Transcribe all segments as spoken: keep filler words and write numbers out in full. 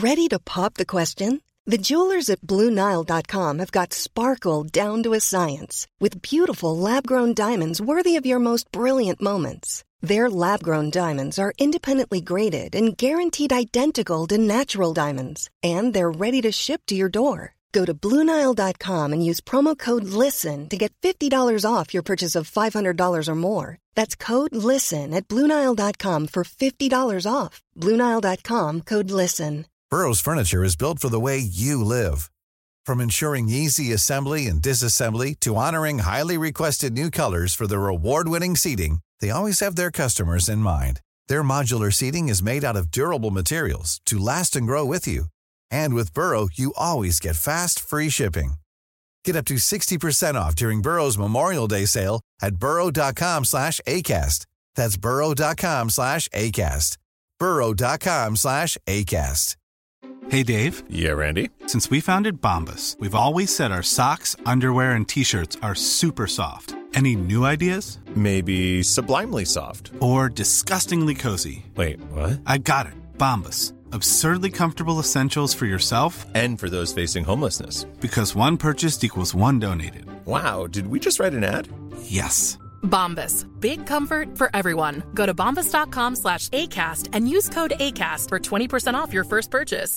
Ready to pop the question? The jewelers at Blue Nile dot com have got sparkle down to a science with beautiful lab-grown diamonds worthy of your most brilliant moments. Their lab-grown diamonds are independently graded and guaranteed identical to natural diamonds, and they're ready to ship to your door. Go to Blue Nile dot com and use promo code LISTEN to get fifty dollars off your purchase of five hundred dollars or more. That's code LISTEN at Blue Nile dot com for fifty dollars off. Blue Nile dot com, code LISTEN. Burrow's furniture is built for the way you live. From ensuring easy assembly and disassembly to honoring highly requested new colors for their award-winning seating, they always have their customers in mind. Their modular seating is made out of durable materials to last and grow with you. And with Burrow, you always get fast, free shipping. Get up to sixty percent off during Burrow's Memorial Day sale at burrow dot com slash ACAST. That's burrow dot com slash ACAST. burrow dot com slash ACAST. Hey, Dave. Yeah, Randy. Since we founded Bombas, we've always said our socks, underwear, and T-shirts are super soft. Any new ideas? Maybe sublimely soft. Or disgustingly cozy. Wait, what? I got it. Bombas. Absurdly comfortable essentials for yourself and for those facing homelessness. Because one purchased equals one donated. Wow, did we just write an ad? Yes. Bombas. Big comfort for everyone. Go to bombas dot com slash ACAST and use code ACAST for twenty percent off your first purchase.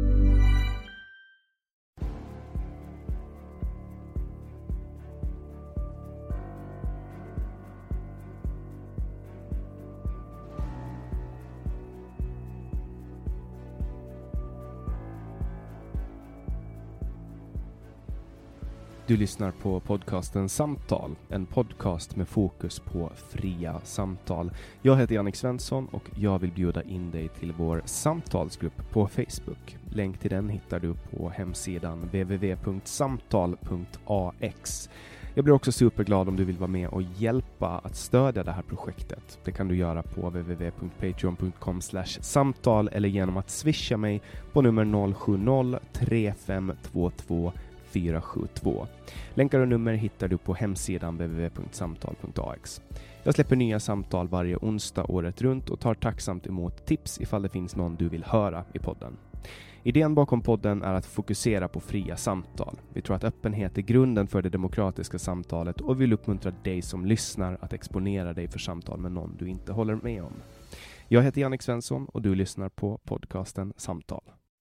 Du lyssnar på podcasten Samtal, en podcast med fokus på fria samtal. Jag heter Jannik Svensson och jag vill bjuda in dig till vår samtalsgrupp på Facebook. Länk till den hittar du på hemsidan w w w punkt samtal punkt a x. Jag blir också superglad om du vill vara med och hjälpa att stödja det här projektet. Det kan du göra på w w w punkt patreon punkt com slash samtal eller genom att swisha mig på nummer noll sju noll tre fem två två fyra sju två. Länkar och nummer hittar du på hemsidan w w w punkt samtal punkt a x. Jag släpper nya samtal varje onsdag året runt och tar tacksamt emot tips ifall det finns någon du vill höra i podden. Idén bakom podden är att fokusera på fria samtal. Vi tror att öppenhet är grunden för det demokratiska samtalet och vill uppmuntra dig som lyssnar att exponera dig för samtal med någon du inte håller med om. Jag heter Jannik Svensson och du lyssnar på podcasten Samtal.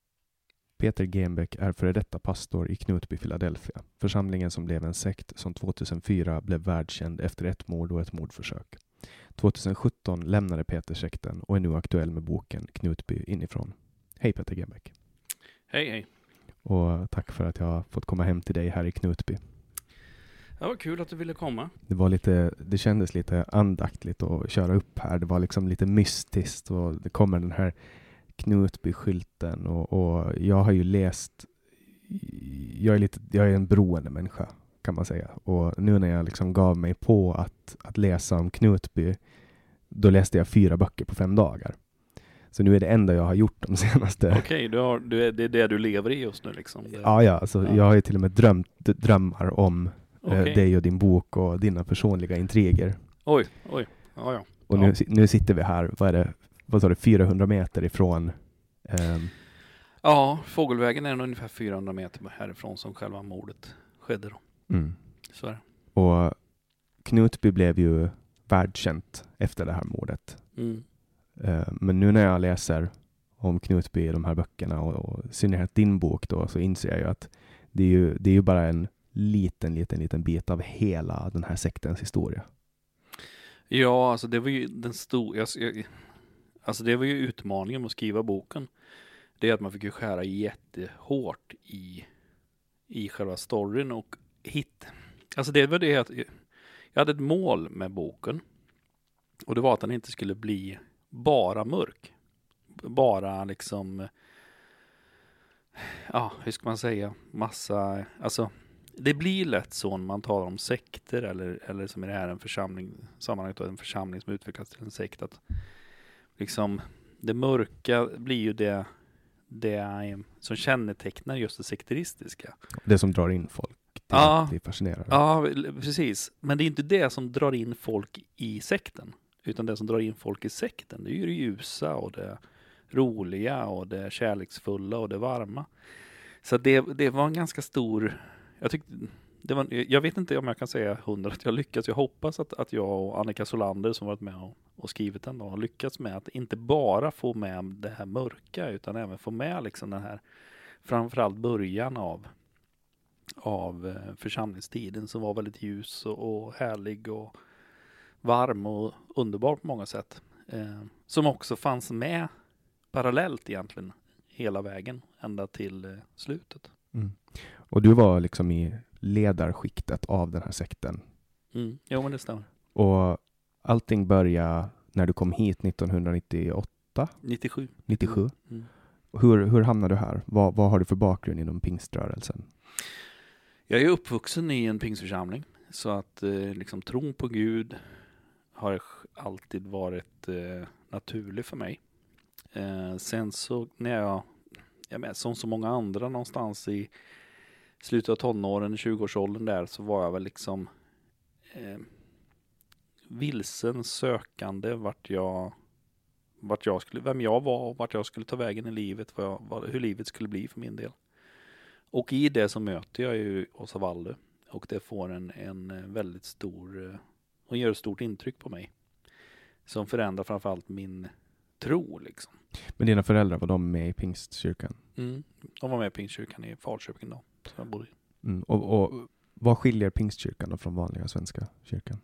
Peter Genbeck är före detta pastor i Knutby, Philadelphia. Församlingen som blev en sekt som tjugohundrafyra blev världskänd efter ett mord och ett mordförsök. tjugosjutton lämnade Peter sekten och är nu aktuell med boken Knutby inifrån. Hej Peter Genbeck. Hej hej. Och tack för att jag har fått komma hem till dig här i Knutby. Ja, vad kul att du ville komma. Det var lite, det kändes lite andaktligt att köra upp här. Det var liksom lite mystiskt och det kommer den här Knutby-skylten och, och jag har ju läst, jag är lite, jag är en beroende människa kan man säga, och nu när jag liksom gav mig på att, att läsa om Knutby, då läste jag fyra böcker på fem dagar. Så nu är det enda jag har gjort de senaste. Okej, okay, du har, du är, det är det du lever i just nu liksom. Det... Ja, ja, alltså, ja. Jag har ju till och med drömt drömmar om okay. eh, dig och din bok och dina personliga intriger. Oj, oj, ja, ja. Och ja. Nu, nu sitter vi här, vad är det? Vad sa du, fyrahundra meter ifrån? Um... Ja, Fågelvägen är ungefär fyrahundra meter härifrån som själva mordet skedde då. Mm. Så är det. Och Knutby blev ju världskänt efter det här mordet. Mm. Uh, men nu när jag läser om Knutby i de här böckerna och, och i synnerhet din bok då, så inser jag ju att det är ju, det är ju bara en liten, liten, liten bit av hela den här sektens historia. Ja, alltså det var ju den stora... Jag, jag, Alltså det var ju utmaningen med att skriva boken. Det är att man fick ju skära jättehårt i, i själva storyn och hit. Alltså det var det att jag hade ett mål med boken. Och det var att den inte skulle bli bara mörk. Bara liksom, ja hur ska man säga, massa, alltså det blir lätt så när man talar om sekter eller, eller som är det här en församling, sammanhanget en församling som utvecklas till en sekt, att liksom det mörka blir ju det, det som kännetecknar just det sekteristiska. Det som drar in folk. Det, ja, det är fascinerande. Ja, precis. Men det är inte det som drar in folk i sekten. Utan det som drar in folk i sekten, det är ju det ljusa och det, roliga och det kärleksfulla och det varma. Så det, det var en ganska stor, jag tyckte, det var, jag vet inte om jag kan säga hundra att jag lyckats. Jag hoppas att, att jag och Annika Solander som varit med och, och skrivit den då, har lyckats med att inte bara få med det här mörka utan även få med liksom den här framförallt början av av församlingstiden som var väldigt ljus och, och härlig och varm och underbar på många sätt. Eh, som också fanns med parallellt egentligen hela vägen ända till eh, slutet. Mm. Och du var liksom i ledarskiktet av den här sekten. Mm. Jo, men det stämmer. Och allting började när du kom hit nittonhundranittioåtta? nittiosju. nittiosju. Mm. Hur, hur hamnade du här? Vad, vad har du för bakgrund inom pingströrelsen? Jag är uppvuxen i en pingstförsamling så att eh, liksom tron på Gud har alltid varit eh, naturlig för mig. Eh, sen så när jag, jag menar, som så många andra någonstans i slutet av tonåren, tjugoårsåldern där, så var jag väl liksom eh, vilsen, sökande vart jag, vart jag skulle, vem jag var och vart jag skulle ta vägen i livet, vad jag, vad, hur livet skulle bli för min del. Och i det så möter jag ju Åsa Wallö och det får en, en väldigt stor och gör ett stort intryck på mig som förändrar framförallt min tro liksom. Men dina föräldrar, var de med i pingstkyrkan? Mm. De var med i pingstkyrkan i Falköping då, så jag bodde i. Mm. Och, och vad skiljer pingstkyrkan då från vanliga svenska kyrkan?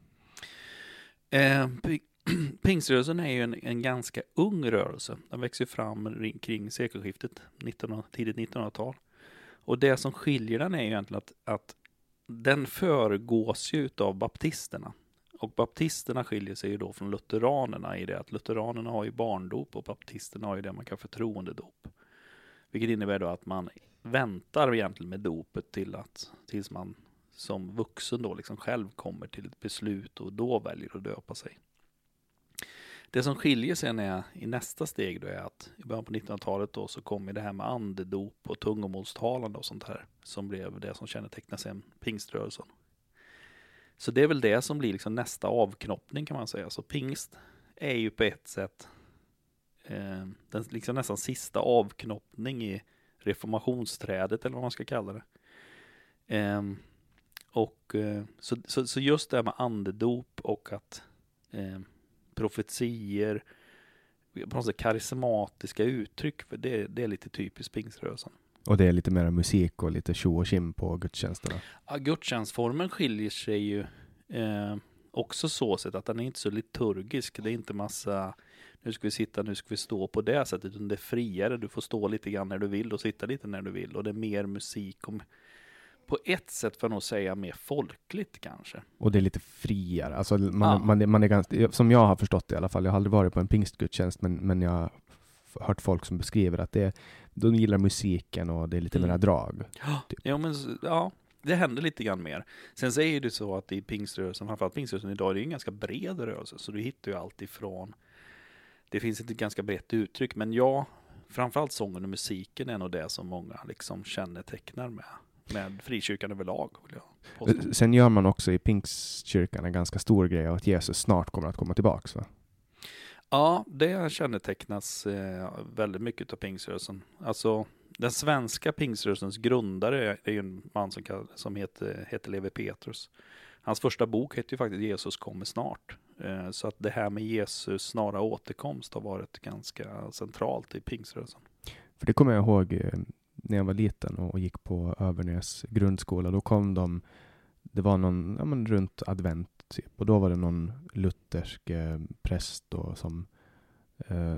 Eh, Pingströrelsen är ju en, en ganska ung rörelse. Den växer fram kring sekelskiftet, nittonhundra, tidigt nittonhundratal. Och det som skiljer den är ju egentligen att, att den föregås ju av baptisterna. Och baptisterna skiljer sig ju då från lutheranerna i det att lutheranerna har ju barndop och baptisterna har ju det man kallar förtroendedop. Vilket innebär då att man väntar egentligen med dopet till att, tills man som vuxen då liksom själv kommer till ett beslut och då väljer att döpa sig. Det som skiljer sig är, i nästa steg då är att i början på nittonhundratalet då så kommer det här med andedop och tungomålstalande och sånt här som blev det som kännetecknar sen pingströrelsen. Så det är väl det som blir liksom nästa avknoppning kan man säga. Så pingst är ju på ett sätt eh, den liksom nästan sista avknoppning i reformationsträdet eller vad man ska kalla det. Eh, och eh, så, så, så just det här med andedop och att eh, profetier, på något sätt karismatiska uttryck, för det, det är lite typiskt pingströrelsen. Och det är lite mer musik och lite tjo och kim på gudstjänsterna. Ja, gudstjänstformen skiljer sig ju eh, också så sätt att den är inte så liturgisk. Det är inte massa, nu ska vi sitta, nu ska vi stå på det sättet, utan det är friare. Du får stå lite grann när du vill och sitta lite när du vill. Och det är mer musik om, på ett sätt får jag nog säga mer folkligt kanske. Och det är lite friare. Alltså man, ja. man, man är ganska, som jag har förstått det i alla fall, jag har aldrig varit på en pingstgudstjänst, men, men jag har hört folk som beskriver att det, de gillar musiken och det är lite mm. mera drag. Ja, typ. ja, men, ja, det händer lite grann mer. Sen säger det så att i pingströrelsen, framförallt pingströrelsen idag, det är en ganska bred rörelse, så du hittar ju allt ifrån, det finns ett ganska brett uttryck, men ja, framförallt sången och musiken är nog det som många liksom kännetecknar med med frikyrkan överlag. Vill jag påstå. Sen gör man också i pingstkyrkan en ganska stor grej av att Jesus snart kommer att komma tillbaka, va? Ja, det kännetecknas eh, väldigt mycket av pingströrelsen. Alltså, den svenska pingströrelsens grundare är ju en man som, kan, som heter, heter Levi Petrus. Hans första bok heter ju faktiskt Jesus kommer snart. Eh, så att det här med Jesus snara återkomst har varit ganska centralt i pingströrelsen. För det kommer jag ihåg eh, när jag var liten och gick på Övernäs grundskola. Då kom de, det var någon, ja men runt advent typ, och då var det någon luthersk eh, präst då, som eh,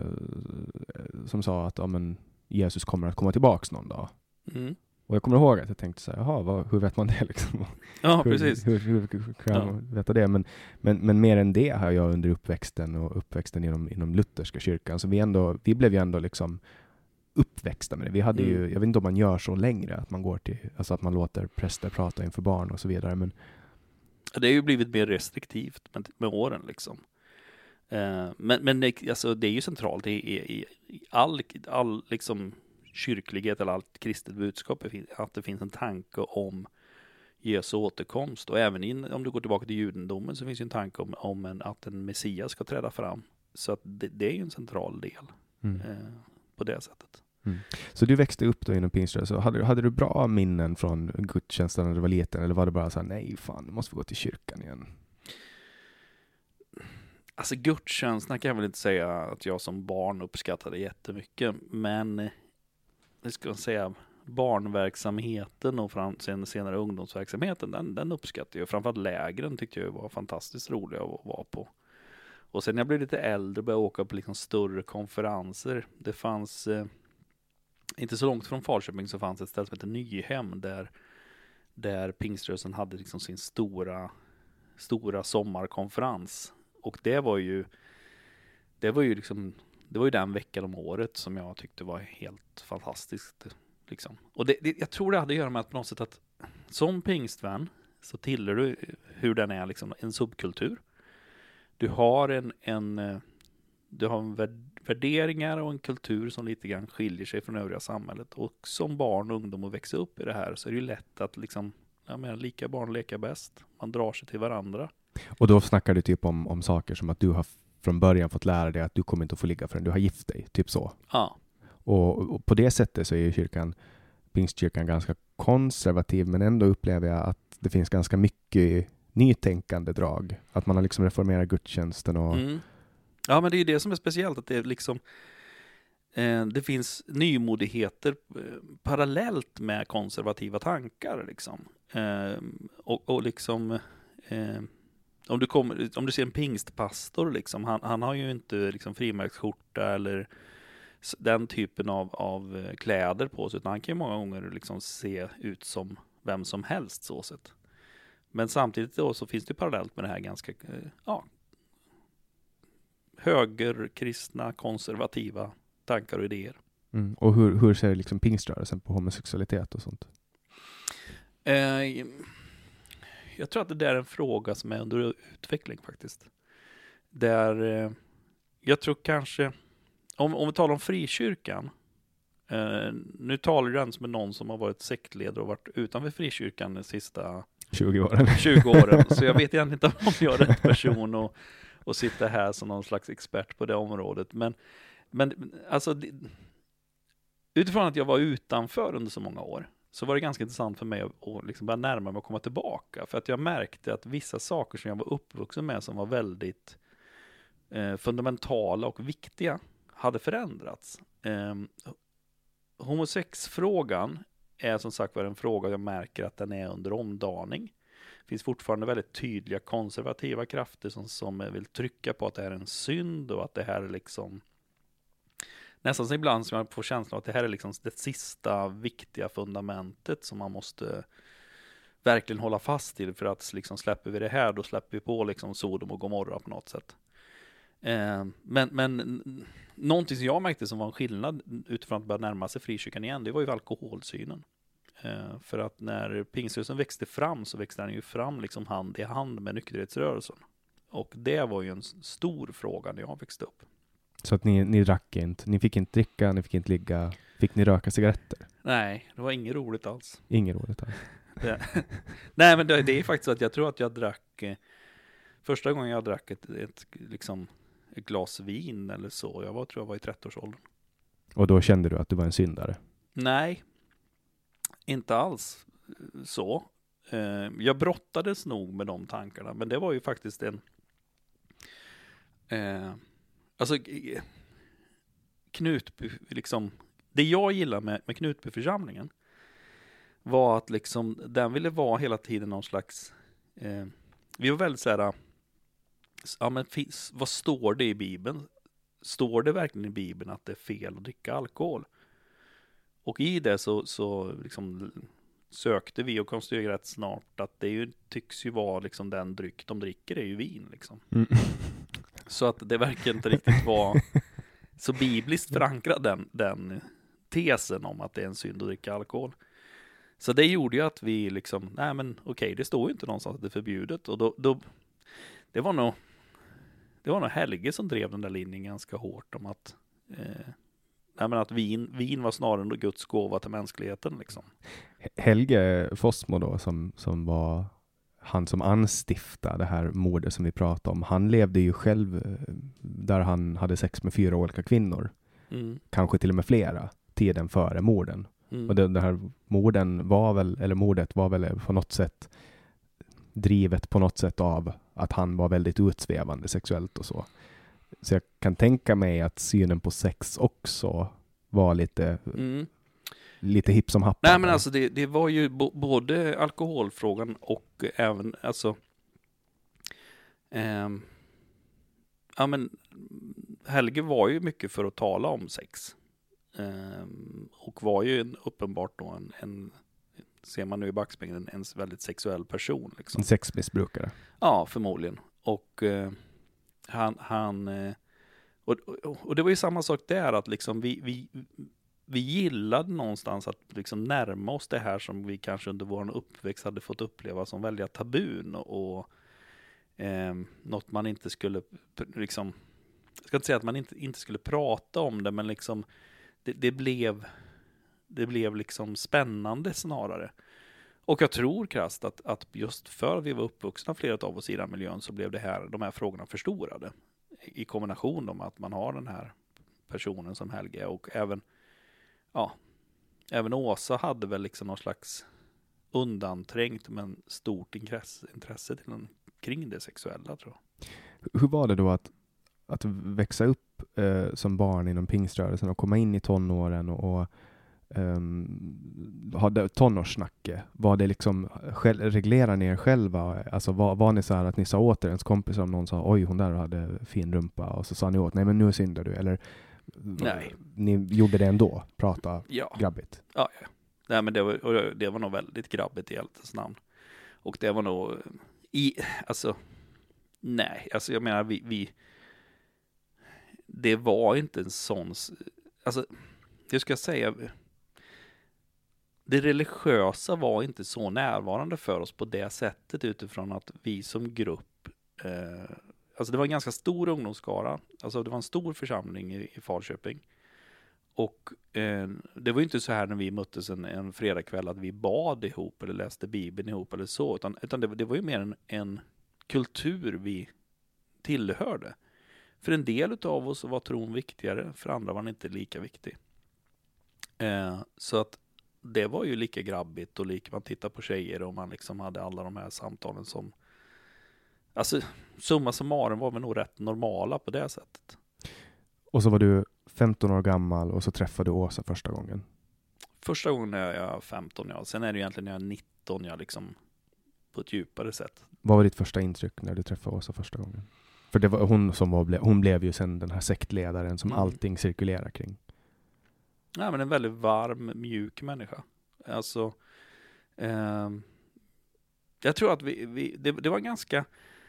som sa att ja, men Jesus kommer att komma tillbaks någon dag. Mm. Och jag kommer ihåg att jag tänkte så här, jaha, vad, hur vet man det liksom? Ja, hur, precis. Hur, hur, hur, hur kan jag ja. veta det? Men, men, men mer än det har jag under uppväxten och uppväxten inom, inom lutherska kyrkan. Så vi, ändå, vi blev ju ändå liksom uppväxta med det. Vi hade mm. ju, jag vet inte om man gör så längre, att man går till, alltså att man låter präster prata inför barn och så vidare, men det har ju blivit mer restriktivt med, med åren liksom. Uh, men men det, alltså, det är ju centralt i, i, i all, all liksom kyrklighet eller allt kristet budskap att det finns en tanke om Jesu återkomst, och även in, om du går tillbaka till judendomen så finns ju en tanke om, om en, att en Messias ska träda fram, så att det, det är ju en central del. Mm. Uh, på det sättet. Mm. Så du växte upp då inom pingströrelsen. Hade, hade du bra minnen från gudstjänsten när du var liten? Eller var det bara så här, nej fan, nu måste vi gå till kyrkan igen? Alltså gudstjänsterna kan jag väl inte säga att jag som barn uppskattade jättemycket. Men det ska jag säga, barnverksamheten och fram, sen, senare ungdomsverksamheten, den, den uppskattade jag. Framförallt lägren tyckte jag var fantastiskt roliga att vara på. Och sen när jag blev lite äldre och började åka på liksom större konferenser. Det fanns, eh, inte så långt från Falköping så fanns ett ställe som heter Nyhem där, där pingströrelsen hade liksom sin stora, stora sommarkonferens. Och det var ju, det var ju liksom, det var ju den veckan om året som jag tyckte var helt fantastiskt. Liksom. Och det, det, jag tror det hade att göra med att på något sätt att som pingstvän så tillhör du hur den är liksom en subkultur. Du har en, en du har en värderingar och en kultur som lite grann skiljer sig från övriga samhället. Och som barn och ungdom och växa upp i det här så är det ju lätt att liksom, jag menar, lika barn leka bäst. Man drar sig till varandra. Och då snackar du typ om, om saker som att du har från början fått lära dig att du kommer inte att få ligga förrän du har gift dig. Typ så. Ja. Och, och på det sättet så är ju kyrkan, pingstkyrkan ganska konservativ, men ändå upplever jag att det finns ganska mycket nytänkande drag. Att man har liksom reformerat gudstjänsten och... Mm. Ja, men det är ju det som är speciellt, att det är liksom eh, det finns nymodigheter eh, parallellt med konservativa tankar liksom. Eh, och, och liksom eh, om du kommer, om du ser en pingstpastor liksom, han, han har ju inte liksom frimärksskjorta eller den typen av, av kläder på sig, utan han kan ju många gånger liksom se ut som vem som helst så sett. Men samtidigt då så finns det parallellt med det här ganska ja, högerkristna, konservativa tankar och idéer. Mm. Och hur, hur ser liksom pingströrelsen på homosexualitet och sånt? Eh, jag tror att det där är en fråga som är under utveckling faktiskt. Där eh, jag tror kanske om, om vi talar om frikyrkan, eh, nu talar du ens med någon som har varit sektledare och varit utanför frikyrkan de sista tjugo åren. tjugo åren. Så jag vet egentligen inte om jag är rätt person och, och sitta här som någon slags expert på det området. Men, men alltså, det, utifrån att jag var utanför under så många år så var det ganska intressant för mig att, att liksom börja närma mig och komma tillbaka. För att jag märkte att vissa saker som jag var uppvuxen med som var väldigt eh, fundamentala och viktiga hade förändrats. Eh, homosexfrågan är som sagt var en fråga jag märker att den är under omdaning. Det finns fortfarande väldigt tydliga konservativa krafter som, som vill trycka på att det här är en synd och att det här är liksom nästan så ibland som jag får känslan att det här är liksom det sista viktiga fundamentet som man måste verkligen hålla fast i, för att liksom släpper vi det här, då släpper vi på liksom Sodom och Gomorra på något sätt. Eh, men, men någonting som jag märkte som var en skillnad utifrån att börja närma sig frikyrkan igen, det var ju alkoholsynen. Eh, för att när pingströrelsen växte fram så växte den ju fram liksom hand i hand med nykterhetsrörelsen. Och det var ju en stor fråga när jag växte upp. Så att ni, ni drack inte, ni fick inte dricka, ni fick inte ligga, fick ni röka cigaretter? Nej, det var inget roligt alls. Inget roligt alls. det, nej, men det, det är faktiskt så att jag tror att jag drack, eh, första gången jag drack ett, ett, liksom, ett glas vin eller så, jag var, tror jag var i trettioårsåldern. Och då kände du att du var en syndare? Nej, inte alls så. Eh, jag brottades nog med de tankarna, men det var ju faktiskt en eh, alltså Knutby, liksom, det jag gillar med, med Knutbyförsamlingen var att liksom, den ville vara hela tiden någon slags eh, vi var väldigt så här, ja men finns, vad står det i Bibeln? Står det verkligen i Bibeln att det är fel att dricka alkohol? Och i det så, så liksom sökte vi och konstaterade rätt snart att det ju, tycks ju vara liksom den dryck de dricker är ju vin liksom. Mm. Så att det verkar inte riktigt vara så bibliskt förankrad den, den tesen om att det är en synd att dricka alkohol. Så det gjorde ju att vi liksom, nej men okej, okay, det står ju inte någonstans att det är förbjudet. Och då, då det var nog det var nog Helge som drev den där linjen ganska hårt om att eh, nej, men att vin, vin var snarare Guds gåva till mänskligheten liksom. Helge Fossmo då, som, som var han som anstiftade det här mordet som vi pratade om, han levde ju själv där han hade sex med fyra olika kvinnor. Mm. Kanske till och med flera, tiden före morden. Mm. Och det, det här morden var väl, eller mordet var väl på något sätt drivet på något sätt av att han var väldigt utsvävande sexuellt och så. Så jag kan tänka mig att synen på sex också var lite, Mm. lite hipp som happ. Nej, men alltså det, det var ju bo, både alkoholfrågan och även alltså ehm, ja men Helge var ju mycket för att tala om sex. Ehm, och var ju en, uppenbart då en, en ser man nu i backspegeln, en väldigt sexuell person. Liksom. En sexmissbrukare. Ja, förmodligen. Och eh, han, han eh, och, och, och det var ju samma sak där, att liksom vi, vi, vi gillade någonstans att liksom närma oss det här som vi kanske under vår uppväxt hade fått uppleva som väldigt tabun och, och eh, något man inte skulle liksom, jag ska inte säga att man inte, inte skulle prata om det, men liksom det, det blev det blev liksom spännande snarare. Och jag tror krasst att, att just för att vi var uppvuxna flera av oss i den miljön, så blev det här, de här frågorna förstorade. I kombination med att man har den här personen som Helge, och även ja, även Åsa hade väl liksom någon slags undanträngt men stort intresse, intresse till en, kring det sexuella, tror jag. Hur var det då att, att växa upp eh, som barn inom pingströrelsen och komma in i tonåren och, och um, ha tonårssnacke? Var det liksom, själv, reglerar ni er själva? Alltså var, var ni så här att ni sa åt er ens kompisar om någon sa oj, hon där hade fin rumpa, och så sa ni åt, nej men nu syndar du, eller nej, ni gjorde det ändå, prata ja. grabbigt? Ja, ja. Nej, men det var, det var nog väldigt grabbigt i hjältens namn. Och det var nog i, alltså nej, alltså jag menar vi, vi det var inte en sån, alltså det ska jag säga, det religiösa var inte så närvarande för oss på det sättet, utifrån att vi som grupp eh, alltså det var en ganska stor ungdomsskara, alltså det var en stor församling i, i Falköping, och eh, det var ju inte så här när vi möttes en, en fredagkväll att vi bad ihop eller läste Bibeln ihop eller så, utan, utan det, det var ju mer en, en kultur vi tillhörde. För en del av oss var tron viktigare, för andra var den inte lika viktig. Eh, så att det var ju lika grabbigt, och lika man tittar på tjejer och man liksom hade alla de här samtalen som, alltså summa summarum var vi nog rätt normala på det sättet. Och så var du femton år gammal och så träffade du Åsa första gången. Första gången är jag femton, ja. Sen är det egentligen när jag är nitton, jag liksom på ett djupare sätt. Vad var ditt första intryck när du träffade Åsa första gången? För det var hon som var, hon blev ju sen den här sektledaren som mm. allting cirkulerar kring. Ja, men en väldigt varm, mjuk människa. Alltså, eh, jag tror att vi, vi det, det var ganska,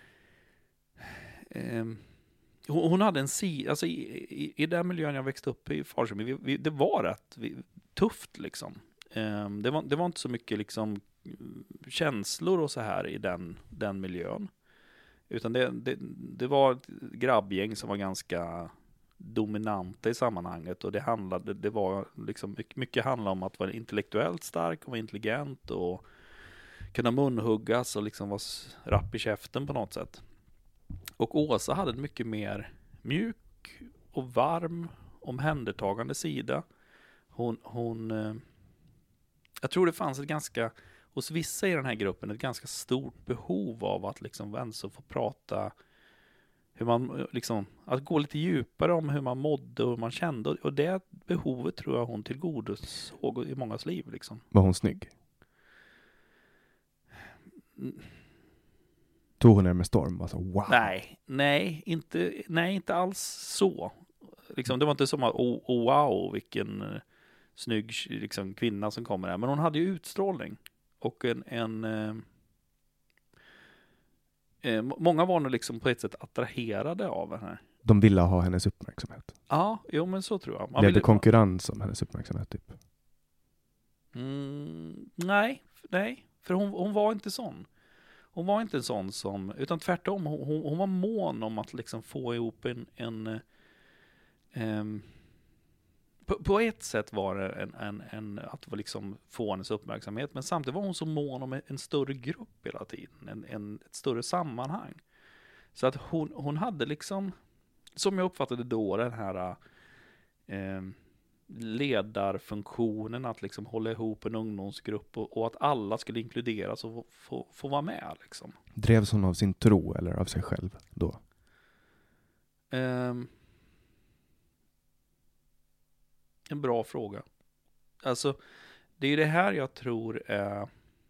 eh, hon, hon hade en sida, alltså i, i, i den miljön jag växte upp i Falköping, vi, vi, det var rätt vi, tufft liksom. Eh, det, var, det var inte så mycket liksom känslor och så här i den, den miljön. Utan det, det, det var ett grabbgäng som var ganska dominanta i sammanhanget, och det handlade, det var liksom mycket handlade om att vara intellektuellt stark och vara intelligent och kunna munhuggas och liksom vara rapp i käften på något sätt. Och Åsa hade en mycket mer mjuk och varm, omhändertagande sida. Hon, hon jag tror det fanns ett ganska, hos vissa i den här gruppen, ett ganska stort behov av att liksom ens få prata, hur man liksom, att gå lite djupare om hur man mådde och hur man kände, och det behovet tror jag hon tillgodosåg i mångas liv liksom. Var hon snygg? Tog hon er med storm? Alltså, wow. Nej, nej, inte, nej, inte alls så. Liksom, det var inte som att, oh, oh wow, vilken uh, snygg liksom, kvinna som kommer här. Men hon hade ju utstrålning. Och en, en uh, uh, många var nog liksom på ett sätt attraherade av henne. De ville ha hennes uppmärksamhet. Ja, jo men så tror jag. Man Blev ville det konkurrens om hennes uppmärksamhet typ? Mm, nej, nej. För hon, hon var inte sån. Hon var inte en sån som, utan tvärtom, hon, hon, hon var mån om att liksom få ihop en, en um, på, på ett sätt var det en, en, en, att liksom få hennes uppmärksamhet, men samtidigt var hon så mån om en större grupp hela tiden, en, en, ett större sammanhang. Så att hon, hon hade liksom, som jag uppfattade då, den här eh, ledarfunktionen, att liksom hålla ihop en ungdomsgrupp och, och att alla skulle inkluderas och få, få, få vara med liksom. Drevs hon av sin tro eller av sig själv då? Um, en bra fråga. Alltså, det är det här jag tror är...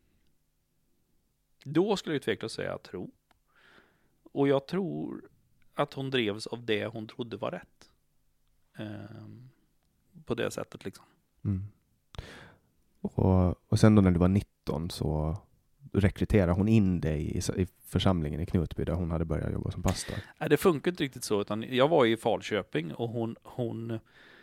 Då skulle jag tvekla säga tro. Och jag tror att hon drevs av det hon trodde var rätt. Um, på det sättet liksom. Mm. Och, och sen då när du var nitton så rekryterade hon in dig i, i församlingen i Knutby där hon hade börjat jobba som pastor. Nej, det funkar inte riktigt så, utan jag var i Falköping och hon hon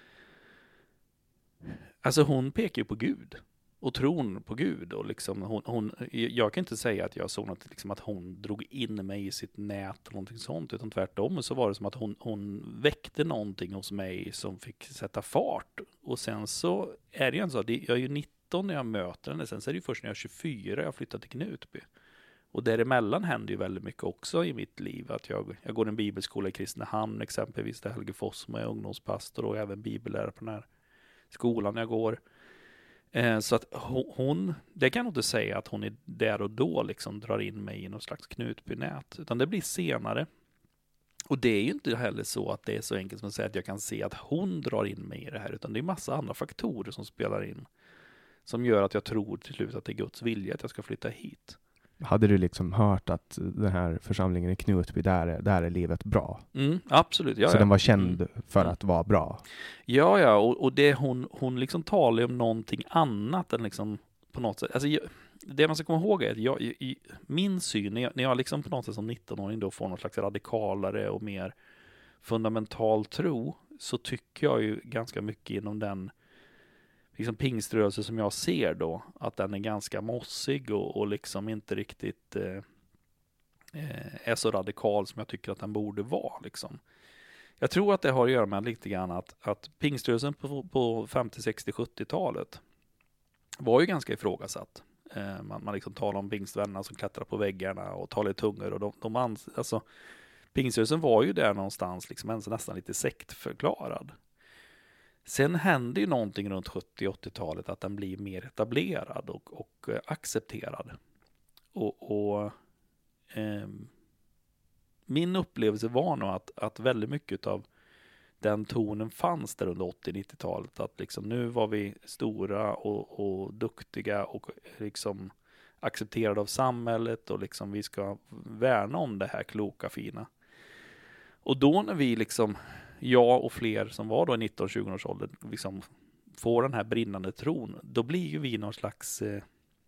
alltså hon pekar ju på Gud och tron på Gud och liksom hon, hon jag kan inte säga att jag såg något liksom att hon drog in mig i sitt nät eller någonting sånt, utan tvärtom så var det som att hon hon väckte någonting hos mig som fick sätta fart. Och sen så är det ju så att jag är ju nitton när jag möter henne, sen så är det ju först när jag är tjugofyra jag flyttar till Knutby. Och däremellan händer ju väldigt mycket också i mitt liv. Att jag, jag går en bibelskola i Kristinehamn exempelvis, där Helge Fossmo är ungdomspastor och även bibellärare på den här skolan jag går. Eh, så att hon, det kan jag inte säga att hon är där och då liksom drar in mig i någon slags Knutbynät, utan det blir senare. Och det är ju inte heller så att det är så enkelt som att säga att jag kan se att hon drar in mig i det här, utan det är massa andra faktorer som spelar in, som gör att jag tror till slut att det är Guds vilja att jag ska flytta hit. Hade du liksom hört att den här församlingen i Knutby, där är, där är livet bra? Mm, absolut. Ja, så ja. Den var känd mm. för att vara bra? Ja, ja. Och, och det hon, hon liksom talar om någonting annat än liksom på något sätt. Alltså, jag, det man ska komma ihåg är att jag, i, min syn, när jag, när jag liksom på något sätt som nittonåring då får någon slags radikalare och mer fundamental tro, så tycker jag ju ganska mycket inom den liksom pingströrelse som jag ser då, att den är ganska mossig och, och liksom inte riktigt eh, är så radikal som jag tycker att den borde vara liksom. Jag tror att det har att göra med lite grann att, att pingströrelsen på, på femtio, sextio, sjuttio-talet var ju ganska ifrågasatt. Eh, man, man liksom talar om pingstvännerna som klättrar på väggarna och talar i tungor, och de, de ans- alltså, pingströrelsen var ju där någonstans liksom nästan lite sektförklarad. Sen hände ju någonting runt sjuttio- åttio-talet att den blir mer etablerad och, och eh, accepterad. Och, och eh, min upplevelse var nog att, att väldigt mycket av den tonen fanns där under åttio-nittio-talet. Att liksom nu var vi stora och, och duktiga och liksom accepterade av samhället, och liksom vi ska värna om det här kloka, fina. Och då när vi liksom, jag och fler som var då i nitton-tjugo års ålder liksom får den här brinnande tron, då blir ju vi någon slags eh,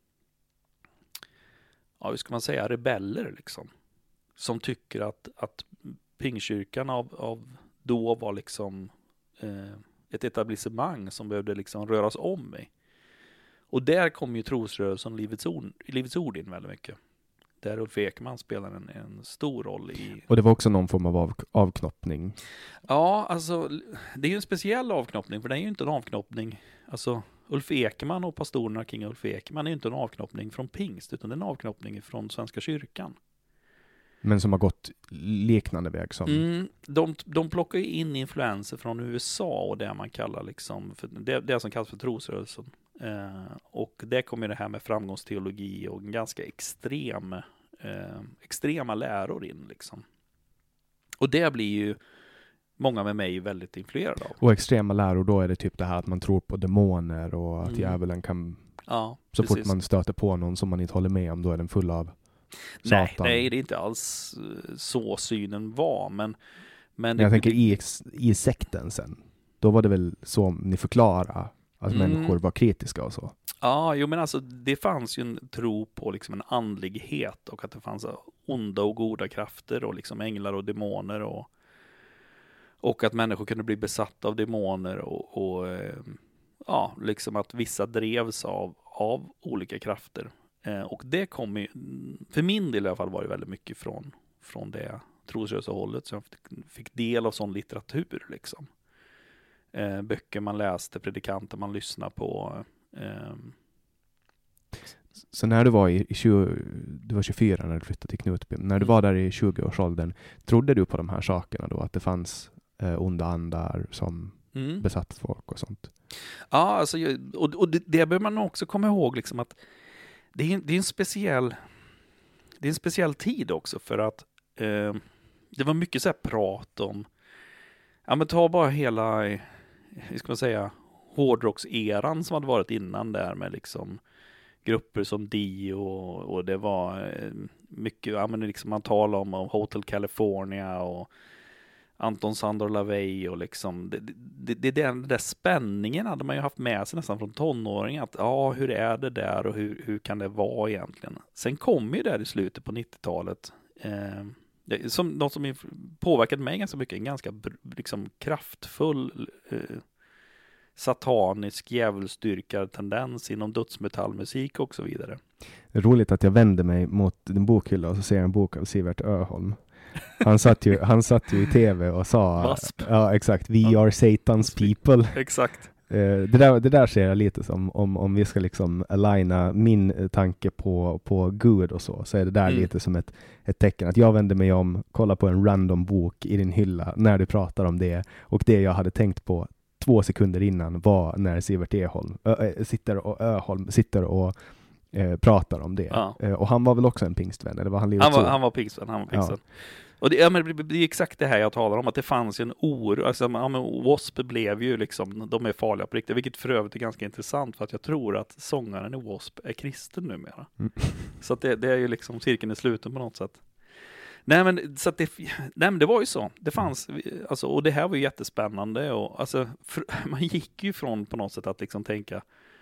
ja, hur ska man säga, rebeller liksom, som tycker att, att pingkyrkan av, av då var liksom eh, ett etablissemang som behövde liksom röras om i. Och där kom ju trosrörelsen Livets ord, Livets ord in väldigt mycket. Där Ulf Ekman spelar en, en stor roll i... Och det var också någon form av av, avknoppning? Ja, alltså det är ju en speciell avknoppning, för det är ju inte en avknoppning. Alltså Ulf Ekman och pastorerna kring Ulf Ekman är ju inte en avknoppning från pingst, utan det är en avknoppning från Svenska kyrkan. Men som har gått liknande väg som... Mm, de, de plockar ju in influenser från U S A och det man kallar liksom, för det, det som kallas för trosrörelsen. Eh, och det kommer det här med framgångsteologi och en ganska extrem, eh, extrema läror in liksom. Och det blir ju många med mig väldigt influerade av. Och extrema läror, då är det typ det här att man tror på demoner och att Mm. djävulen kan... Ja, så precis. fort man stöter på någon som man inte håller med om, då är den full av nej, Satan. nej, det är inte alls så synen var, men... men Men jag det, tänker i, i sekten sen, då var det väl så ni förklara att Mm. människor var kritiska och så. Ja, jo men alltså det fanns ju en tro på liksom en andlighet, och att det fanns onda och goda krafter och liksom änglar och demoner, och, och att människor kunde bli besatta av demoner, och, och eh, ja, liksom att vissa drevs av, av olika krafter. Eh, och det kom ju, för min del i alla fall, var det väldigt mycket från, från det trosrörelsehållet, så jag fick del av sån litteratur liksom. Eh, böcker man läste, predikanter man lyssnade på. Eh. Så när du var i, i tjugo, du var tjugofyra när du flyttade till Knutby, när du Mm. var där i tjugo-årsåldern, trodde du på de här sakerna då? Att det fanns eh, onda andar som Mm. besatt folk och sånt. Ja, alltså, och, och det, det behöver man också komma ihåg liksom att det är, det är en speciell det är en speciell tid också för att eh, det var mycket så här prat om, ja men ta bara hela, hur ska man säga, hårdrockseran som hade varit innan där med liksom grupper som Dio och, och det var eh, mycket, ja men liksom man talar om, om Hotel California och Anton Sandor Lavey och liksom det, det, det, den där spänningen hade man ju haft med sig nästan från tonåring att ja, hur är det där och hur, hur kan det vara egentligen? Sen kom ju det i slutet på nittiotalet eh, som något som påverkat mig ganska mycket, en ganska liksom kraftfull eh, satanisk djävulsdyrkad tendens inom dödsmetallmusik och så vidare. Det är roligt att jag vänder mig mot en bokhylla och så ser jag en bok av Sivert Öholm. Han satt ju, han satt ju i tv och sa Wasp. Ja, exakt. We are Satan's people. Exakt. Eh, det, där, det där ser jag lite som om, om vi ska liksom aligna min tanke på, på Gud och så, så är det där Mm. lite som ett, ett tecken att jag vänder mig om, kollar på en random bok i din hylla när du pratar om det, och det jag hade tänkt på två sekunder innan var när Sivert Öholm äh, sitter och Öholm sitter och eh, pratar om det. Ja. Eh, och han var väl också en pingstvän, eller var han Han var, så? han var pingstvän, han var pingstvän. Ja. Och det, ja, men det, det är exakt det här jag talar om, att det fanns ju en oro. Alltså, ja, men W.A.S.P. blev ju liksom, de är farliga på riktigt, vilket för övrigt är ganska intressant för att jag tror att sångaren i W.A.S.P. är kristen numera. Mm. Så att det, det är ju liksom cirkeln i sluten på något sätt. Nej men, så att det, nej men det var ju så. Det fanns, alltså, och det här var ju jättespännande. Och, alltså, för, man gick ju från på något sätt att liksom tänka,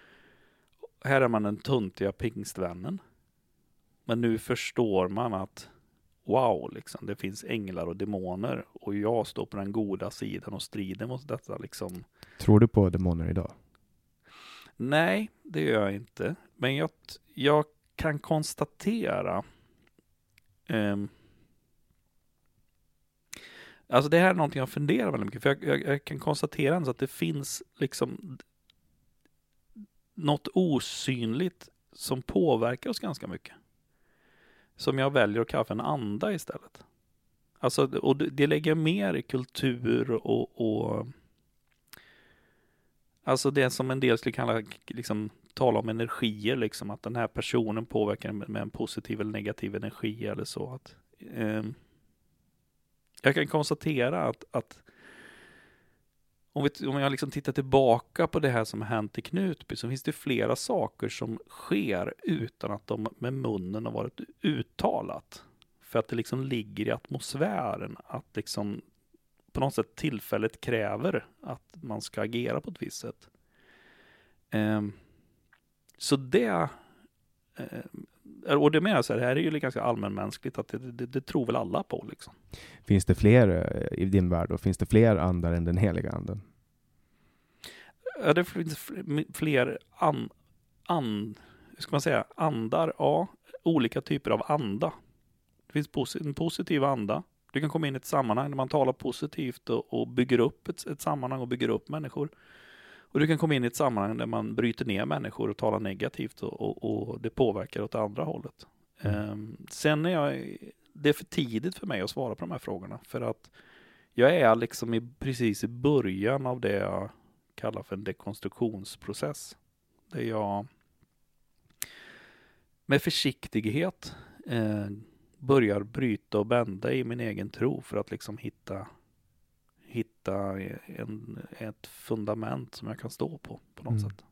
här är man den tuntiga pingstvännen. Men nu förstår man att wow, liksom, det finns änglar och demoner och jag står på den goda sidan och strider mot detta. Liksom. Tror du på demoner idag? Nej, det gör jag inte. Men jag, jag kan konstatera um, alltså det här är någonting jag funderar väldigt mycket. För jag, jag, jag kan konstatera att det finns liksom något osynligt som påverkar oss ganska mycket. Som jag väljer att kalla för en anda istället. Alltså, och det, det lägger mer i kultur och, och alltså det som en del skulle kalla, liksom, tala om energier, liksom, att den här personen påverkar med, med en positiv eller negativ energi eller så. Att, eh, jag kan konstatera att, att om, vi, om jag liksom tittar tillbaka på det här som har hänt i Knutby, så finns det flera saker som sker utan att de med munnen har varit uttalat. För att det liksom ligger i atmosfären, att liksom på något sätt tillfället kräver att man ska agera på ett visst sätt. Um, så det uh, och det menar så här, det här är ju ganska allmänmänskligt, att det, det, det tror väl alla på liksom. Finns det fler i din värld, och finns det fler andar än den heliga anden? Ja, det finns fler an, an, hur ska man säga, andar, ja, olika typer av anda. Det finns posi- en positiv anda. Du kan komma in i ett sammanhang där man talar positivt och, och bygger upp ett, ett sammanhang och bygger upp människor. Och du kan komma in i ett sammanhang där man bryter ner människor och talar negativt och, och, och det påverkar åt andra hållet. Mm. Um, sen är jag, det är för tidigt för mig att svara på de här frågorna, för att jag är liksom i, precis i början av det jag kallar för en dekonstruktionsprocess. Där jag med försiktighet eh, börjar bryta och bända i min egen tro för att liksom hitta hitta en, ett fundament som jag kan stå på på något mm. sätt.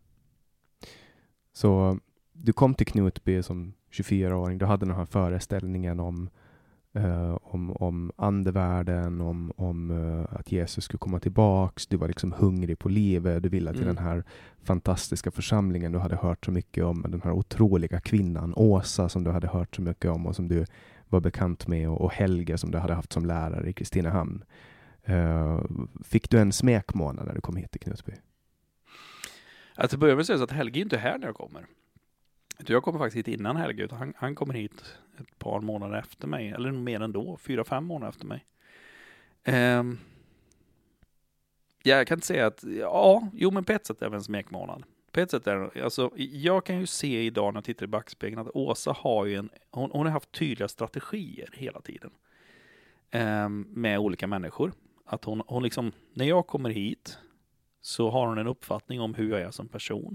Så du kom till Knutby som tjugofyraåring. Du hade den här föreställningen om Uh, om, om andevärlden, om, om uh, att Jesus skulle komma tillbaks. Du var liksom hungrig på livet. Du ville till mm. den här fantastiska församlingen du hade hört så mycket om. Den här otroliga kvinnan, Åsa, som du hade hört så mycket om och som du var bekant med. Och, och Helge som du hade haft som lärare i Kristinehamn. Uh, fick du en smekmånad när du kom hit till Knutby? Att det börjar med att säga att Helge är inte här när jag kommer. Jag kommer faktiskt hit innan Helge, utan han, han kommer hit ett par månader efter mig, eller mer än då, fyra, fem månader efter mig. Um, jag kan inte säga att, ja, jo men på ett sätt är det en smekmånad. På ett sätt är det, alltså, jag kan ju se idag när jag tittar i backspegeln att Åsa har ju en, hon, hon har haft tydliga strategier hela tiden. Um, med olika människor. Att hon, hon liksom, när jag kommer hit, så har hon en uppfattning om hur jag är som person.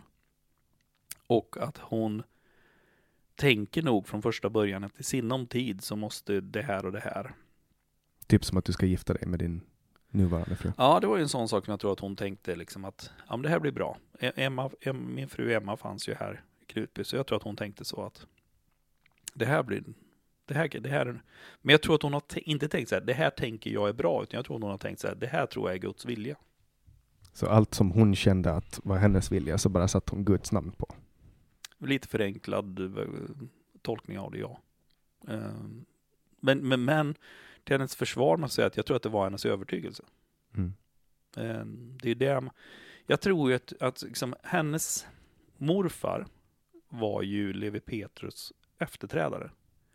Och att hon tänker nog från första början att i sinom tid så måste det här och det här. Typ som att du ska gifta dig med din nuvarande fru. Ja, det var ju en sån sak som jag tror att hon tänkte liksom att ja, men det här blir bra. Emma, Emma, min fru Emma fanns ju här i Knutby, så jag tror att hon tänkte så att det här blir det här, det här. Men jag tror att hon har t- inte tänkt så här, det här tänker jag är bra, utan jag tror att hon har tänkt så här, det här tror jag är Guds vilja. Så allt som hon kände att var hennes vilja, så bara satt hon Guds namn på. Lite förenklad tolkning av det, ja. Men, men, men till hennes försvar måste jag säga att jag tror att det var hennes övertygelse. Mm. Det är det. Jag tror ju att, att liksom, hennes morfar var ju Levi Petrus efterträdare.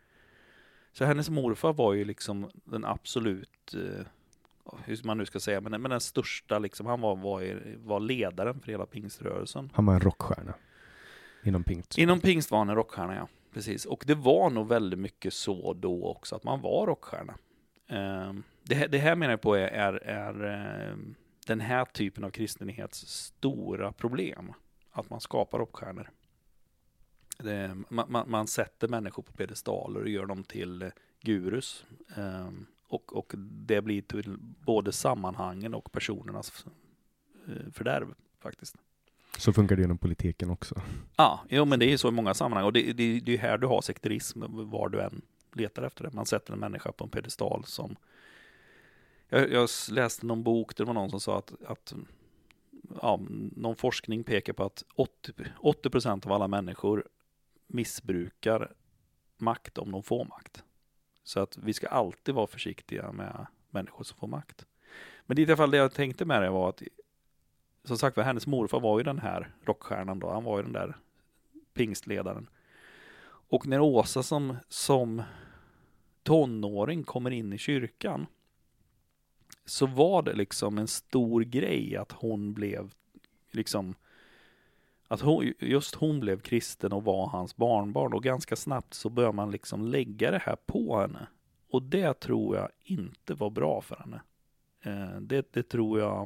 Så hennes morfar var ju liksom den absolut, hur man nu ska säga, men, men den största, liksom, han var, var, var ledaren för hela pingströrelsen. Han var en rockstjärna inom pingst. Inom pingst var han en rockstjärna, ja. Precis. Och det var nog väldigt mycket så då också, att man var rockstjärna. Det här, det här menar jag på är, är, är den här typen av kristenhets stora problem. Att man skapar rockstjärnor. Det, man, man, man sätter människor på pedestaler och gör dem till gurus. Och, och det blir till både sammanhangen och personernas fördärv faktiskt. Så funkar det inom politiken också. Ja, jo, men det är så i många sammanhang. Och det, det, det är här du har sekterism, var du än letar efter det. Man sätter en människa på en pedestal som... Jag, jag läste någon bok där det var någon som sa att, att ja, någon forskning pekar på att åttio procent av alla människor missbrukar makt om de får makt. Så att vi ska alltid vara försiktiga med människor som får makt. Men i alla fall det jag tänkte med det var att, som sagt, för hennes morfar var ju den här rockstjärnan då. Han var ju den där pingstledaren. Och när Åsa som, som tonåring kommer in i kyrkan, så var det liksom en stor grej att hon blev liksom, att hon, just hon blev kristen och var hans barnbarn. Och ganska snabbt så börjar man liksom lägga det här på henne. Och det tror jag inte var bra för henne. Eh, det, det tror jag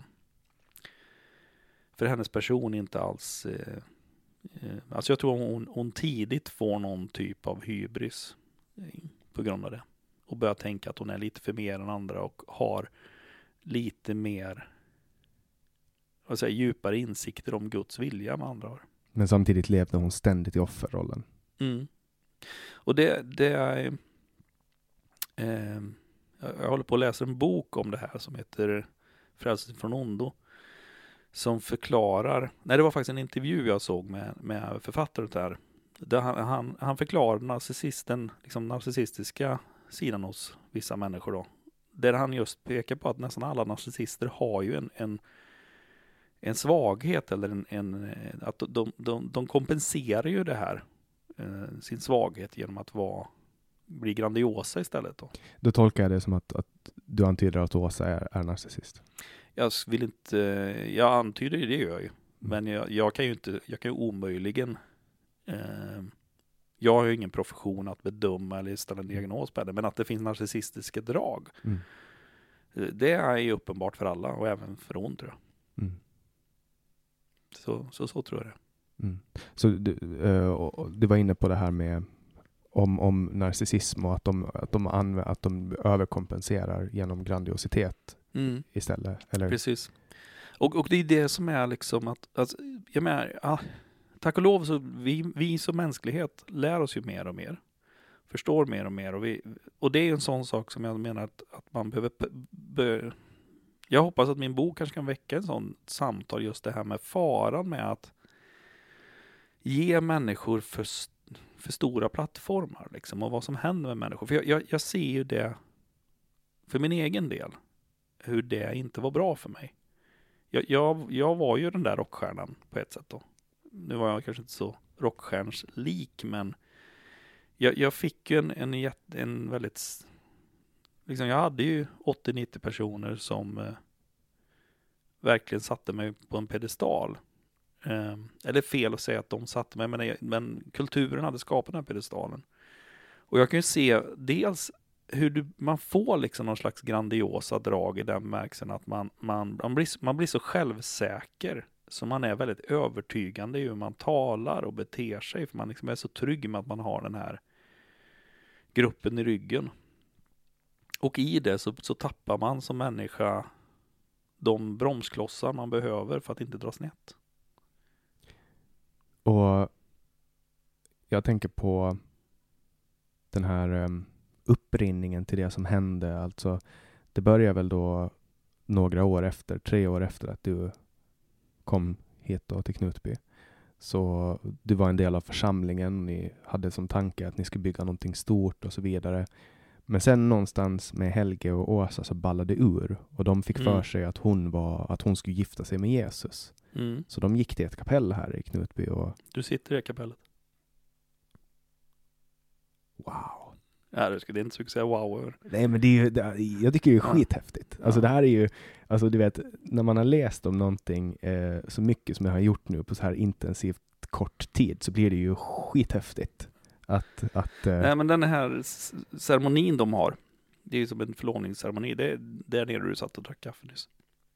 för hennes person inte alls. Eh, eh, alltså jag tror hon, hon tidigt får någon typ av hybris eh, på grund av det. Och börjar tänka att hon är lite för mer än andra och har lite mer, vad säger, djupare insikter om Guds vilja med andra ord. Men samtidigt levde hon ständigt i offerrollen. Mm. Och det, det är eh, jag håller på att läsa en bok om det här som heter Frälsning från ondo, som förklarar, nej det var faktiskt en intervju jag såg med, med författaren där, där han, han, han förklarar narcissisten, liksom narcissistiska sidan hos vissa människor då. Där han just pekar på att nästan alla narcissister har ju en, en, en svaghet eller en, en att de, de, de kompenserar ju det här, eh, sin svaghet genom att vara, bli grandiosa istället då. Då tolkar jag det som att, att du antyder att Åsa är, är narcissist. Jag vill inte, jag antyder det, det gör jag ju. Men jag, jag kan ju inte, jag kan ju omöjligen, eh, jag har ju ingen profession att bedöma eller ställa en diagnos på det, men att det finns narcissistiska drag. Mm. Det är ju uppenbart för alla och även för hon, tror jag. Mm. Så, så, så tror jag det. Mm. Så du, uh, du var inne på det här med om, om narcissism och att de, att, de använder, att de överkompenserar genom grandiositet mm. istället. Eller? Precis. Och, och det är det som är liksom att, alltså, jag menar, ah, tack och lov så vi, vi som mänsklighet lär oss ju mer och mer. Förstår mer och mer. Och, vi, och det är en sån sak som jag menar att, att man behöver... Be, jag hoppas att min bok kanske kan väcka en sån samtal, just det här med faran med att ge människor för, för stora plattformar liksom, och vad som händer med människor. För jag, jag, jag ser ju det för min egen del, hur det inte var bra för mig. Jag, jag, jag var ju den där rockstjärnan på ett sätt då. Nu var jag kanske inte så rockstjärnslik, men jag, jag fick ju en, en, en väldigt... Liksom jag hade ju åttio nittio personer som eh, verkligen satte mig på en pedestal. Eh, eller fel att säga att de satte mig, men, men kulturen hade skapat den här pedestalen. Och jag kan ju se dels hur du, man får liksom någon slags grandiosa drag i den märkelsen att man, man, man, blir, man blir så självsäker så man är väldigt övertygande i hur man talar och beter sig, för man liksom är så trygg med att man har den här gruppen i ryggen. Och i det så, så tappar man som människa de bromsklossar man behöver för att inte dra snett. Och jag tänker på den här um, upprinningen till det som hände. Alltså, det börjar väl då några år efter, tre år efter att du kom hit då till Knutby. Så du var en del av församlingen. Ni hade som tanke att ni skulle bygga någonting stort och så vidare. Men sen någonstans med Helge och Åsa så ballade ur. Och de fick mm. för sig att hon, var, att hon skulle gifta sig med Jesus. Mm. Så de gick till ett kapell här i Knutby. Och... Du sitter i kapellet. Wow. Ja, det är inte så mycket att säga wow över. Nej, men det är ju, det, jag tycker det är skithäftigt. Alltså ja. Det här är ju, alltså du vet, när man har läst om någonting eh, så mycket som jag har gjort nu på så här intensivt kort tid så blir det ju skithäftigt. Att, att, eh... Nej, men den här ceremonin de har, det är ju som en förlovningsceremoni. Det är där nere du satt och drack kaffe nyss.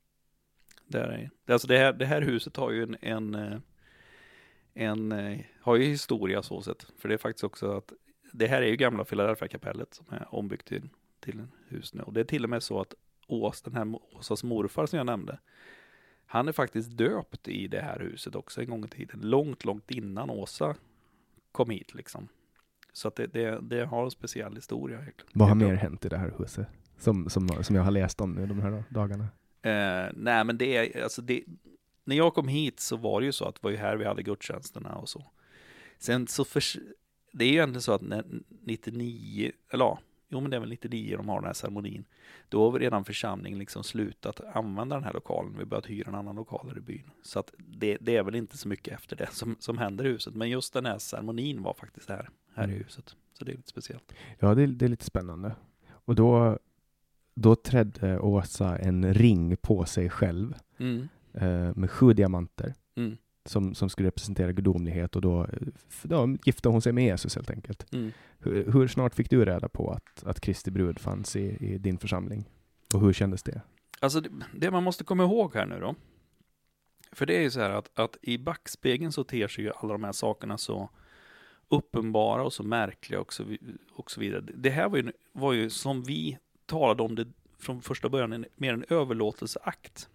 Där är, det, alltså det, här, det här huset har ju en, en, en, en har ju historia så sett. För det är faktiskt också att det här är ju gamla Philadelphia-kapellet som är ombyggt till, till en hus nu. Och det är till och med så att Ås, den här Åsas morfar som jag nämnde, han är faktiskt döpt i det här huset också en gång i tiden. Långt, långt innan Åsa kom hit liksom. Så att det, det, det har en speciell historia. Vad har mer hänt i det här huset? Som, som, som jag har läst om nu de här dagarna. Eh, nej, men det är, alltså det, när jag kom hit så var det ju så att det var ju här vi hade gudstjänsterna och så. Sen så, för, det är ju ändå så att när nittionio, eller ja, jo men det är väl nittionio de har den här ceremonin. Då har vi redan församlingen liksom slutat använda den här lokalen. Vi har börjat hyra en annan lokal i byn. Så att det, det är väl inte så mycket efter det som, som händer i huset. Men just den här ceremonin var faktiskt här, här mm. i huset. Så det är lite speciellt. Ja, det är, det är lite spännande. Och då, då trädde Åsa en ring på sig själv. Mm. Eh, med sju diamanter. Mm. Som, som skulle representera gudomlighet. Och då, då gifte hon sig med Jesus helt enkelt. Mm. Hur, hur snart fick du reda på att, att Kristi brud fanns i, i din församling? Och hur kändes det? Alltså det, det man måste komma ihåg här nu då. För det är ju så här att, att i backspegeln så ter sig ju alla de här sakerna så uppenbara och så märkliga och så, och så vidare. Det här var ju, var ju som vi talade om det från första början en, mer en överlåtelseakt.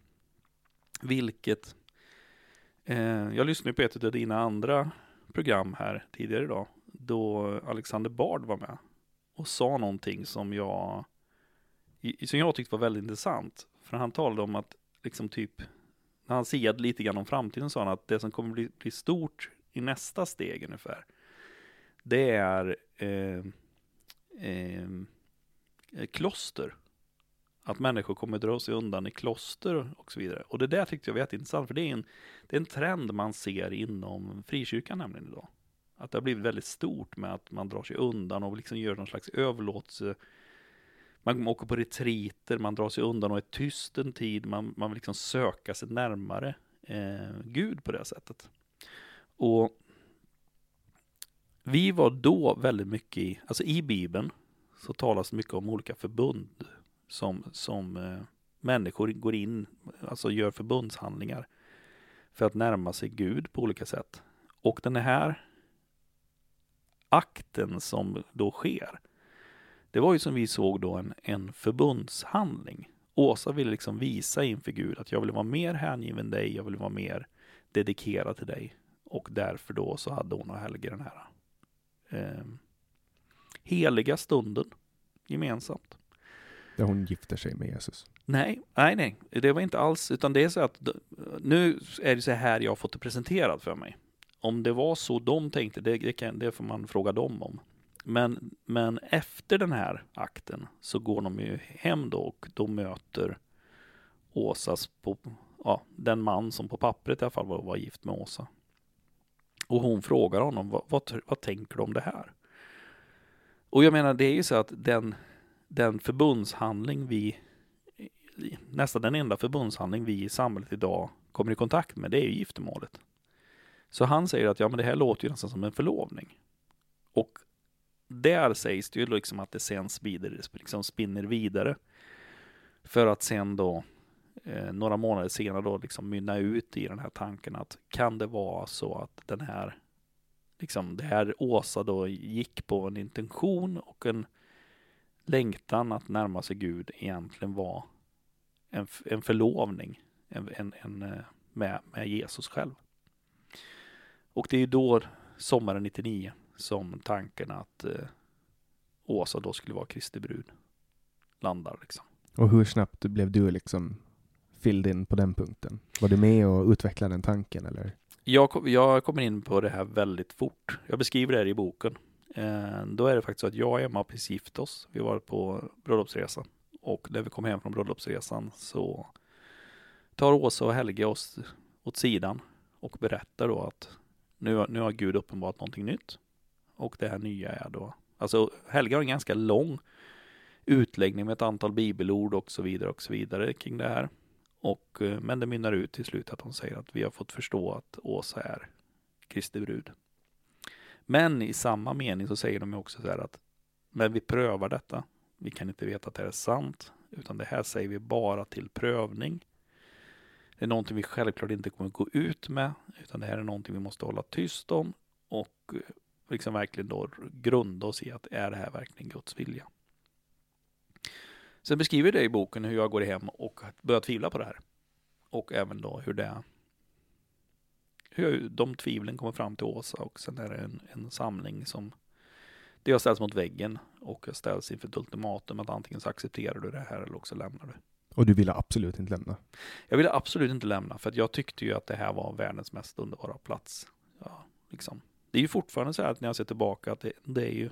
Vilket eh, jag lyssnade på ett av dina andra program här tidigare idag. Då Alexander Bard var med och sa någonting som jag som jag tyckte var väldigt intressant. För han talade om att liksom typ när han siade lite grann om framtiden sa han att det som kommer bli, bli stort i nästa steg ungefär det är eh, eh, kloster. Att människor kommer dra sig undan i kloster och så vidare. Och det där tyckte jag var jätteintressant för det är en, det är en trend man ser inom frikyrkan nämligen idag. Att det har blivit väldigt stort med att man drar sig undan och liksom gör någon slags överlåtelse. Man åker på retriter, man drar sig undan och är tyst en tid. Man, man vill liksom söka sig närmare eh, Gud på det sättet. Och vi var då väldigt mycket i, alltså i Bibeln så talas mycket om olika förbund som, som eh, människor går in, alltså gör förbundshandlingar för att närma sig Gud på olika sätt. Och den här akten som då sker, det var ju som vi såg då en, en förbundshandling. Åsa ville liksom visa inför Gud att jag vill vara mer hängiven dig, jag vill vara mer dedikerad till dig. Och därför då så hade hon och Helge den här eh, heliga stunden gemensamt. Där hon gifter sig med Jesus. Nej, nej, nej. Det var inte alls, utan det är så att nu är det så här jag har fått det presenterat för mig. Om det var så de tänkte, det, det, kan, det får man fråga dem om. Men, men efter den här akten så går de ju hem då och de möter Åsas, på, ja, den man som på pappret i alla fall var, var gift med Åsa. Och hon frågar honom, vad, vad, vad tänker du om det här? Och jag menar, det är ju så att den, den förbundshandling vi, nästan den enda förbundshandling vi i samhället idag kommer i kontakt med, det är ju giftermålet. Så han säger att ja, men det här låter ju nästan som en förlovning. Och där sägs det ju liksom att det sen vidare, liksom spinner vidare. För att sen då, eh, några månader senare då liksom mynna ut i den här tanken att kan det vara så att den här, liksom det här Åsa då gick på en intention och en längtan att närma sig Gud egentligen var en, en förlovning en, en, en, med, med Jesus själv. Och det är ju då sommaren nittionio som tanken att eh, Åsa då skulle vara Kristi brud landar liksom. Och hur snabbt blev du liksom filled in på den punkten? Var du med och utvecklade den tanken eller? Jag, kom, jag kommer in på det här väldigt fort. Jag beskriver det här i boken. Eh, då är det faktiskt så att jag och Emma har precis gift oss. Vi var på bröllopsresa. Och när vi kom hem från bröllopsresan så tar Åsa och Helge oss åt sidan och berättar då att nu, nu har Gud uppenbarat någonting nytt. Och det här nya är då, alltså Helge har en ganska lång utläggning med ett antal bibelord och så vidare och så vidare kring det här. Och, men det mynnar ut till slut att hon säger att vi har fått förstå att Åsa är Kristi brud. Men i samma mening så säger de också så här att men vi prövar detta. Vi kan inte veta att det är sant, utan det här säger vi bara till prövning. Det är någonting vi självklart inte kommer gå ut med, utan det här är någonting vi måste hålla tyst om och liksom verkligen då grunda oss i att är det här verkligen Guds vilja. Sen beskriver det i boken hur jag går hem och börjar tvivla på det här. Och även då hur det hur de tvivlen kommer fram till Åsa. Och sen är det en, en samling som det har ställts mot väggen och jag ställs inför ett ultimatum att antingen så accepterar du det här eller också lämnar du. Och du ville absolut inte lämna? Jag ville absolut inte lämna för att jag tyckte ju att det här var världens mest underbara plats. Ja, liksom. Det är ju fortfarande så här att när jag ser tillbaka att det, det är ju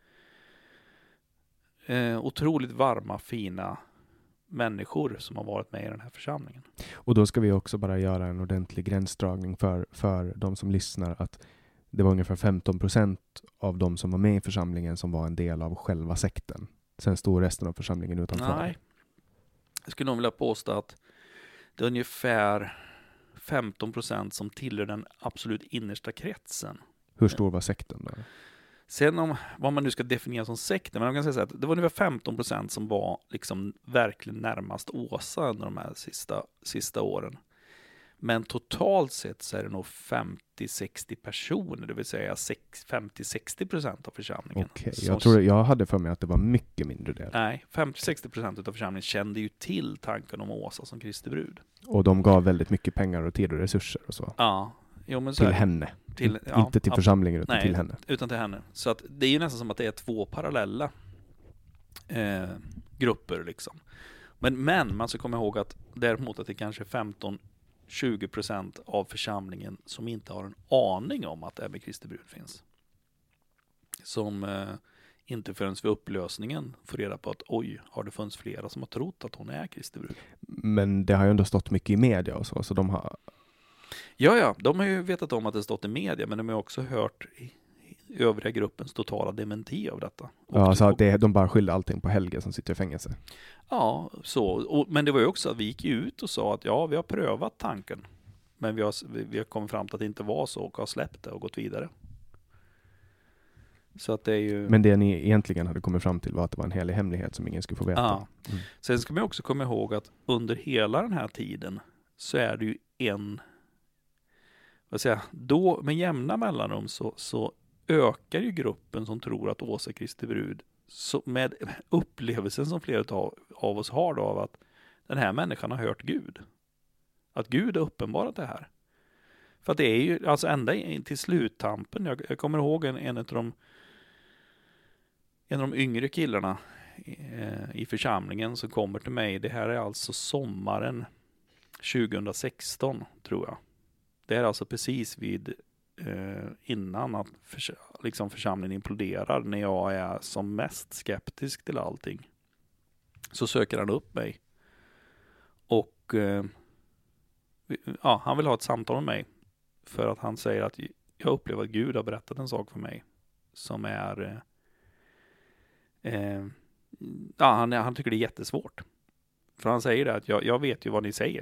Eh, otroligt varma, fina människor som har varit med i den här församlingen. Och då ska vi också bara göra en ordentlig gränsdragning för, för de som lyssnar att det var ungefär femton procent av de som var med i församlingen som var en del av själva sekten. Sen stod resten av församlingen utanför. Nej, jag skulle nog vilja påstå att det är ungefär femton procent som tillhör den absolut innersta kretsen. Hur stor var sekten då? Sen om vad man nu ska definiera som sekten, men man kan säga så att det var ungefär femton procent som var liksom verkligen närmast Åsa under de här sista, sista åren. Men totalt sett så är det nog femtio till sextio personer, det vill säga femtio till sextio procent av församlingen. Okej, okay. jag, tror, jag hade för mig att det var mycket mindre där. Nej, femtio till sextio procent av församlingen kände ju till tanken om Åsa som Kristi brud. Och de gav väldigt mycket pengar och tid och resurser och så. Ja. Jo, men så till henne. Till, ja, inte till församlingen utan nej, till henne. Utan till henne. Så att det är ju nästan som att det är två parallella eh, grupper liksom. Men, men man ska komma ihåg att däremot att det kanske är femton till tjugo procent av församlingen som inte har en aning om att Ebbe Kristi brud finns. Som eh, inte förrän vid upplösningen får reda på att oj, har det funnits flera som har trott att hon är Kristi brud. Men det har ju ändå stått mycket i media och så, så de har... Ja, ja, de har ju vetat om att det stått i media, men de har också hört i, i övriga gruppens totala dementi av detta. Och ja, så att det, de bara skyllde allting på Helge som sitter i fängelse. Ja, så. Och, men det var ju också att vi gick ut och sa att ja, vi har prövat tanken. Men vi har, vi, vi har kommit fram till att det inte var så och har släppt det och gått vidare. Så att det är ju... Men det ni egentligen hade kommit fram till var att det var en helig hemlighet som ingen skulle få veta. Ja. Mm. Sen ska man också komma ihåg att under hela den här tiden så är det ju en... Vad säger jag, då med jämna mellanrum så, så ökar ju gruppen som tror att Åsa Kristi brud så med upplevelsen som flera av, av oss har då av att den här människan har hört Gud. Att Gud har uppenbarat det här. För att det är ju alltså ända in till sluttampen. Jag, jag kommer ihåg en, en av de en av de yngre killarna eh, i församlingen som kommer till mig. Det här är alltså sommaren tjugohundrasexton tror jag. Det är alltså precis vid eh, innan att förs- liksom församlingen imploderar när jag är som mest skeptisk till allting. Så söker han upp mig. Och eh, ja, han vill ha ett samtal med mig. För att han säger att jag upplever att Gud har berättat en sak för mig. Som är eh, eh, ja, han, han tycker det är jättesvårt. För han säger det att jag, jag vet ju vad ni säger.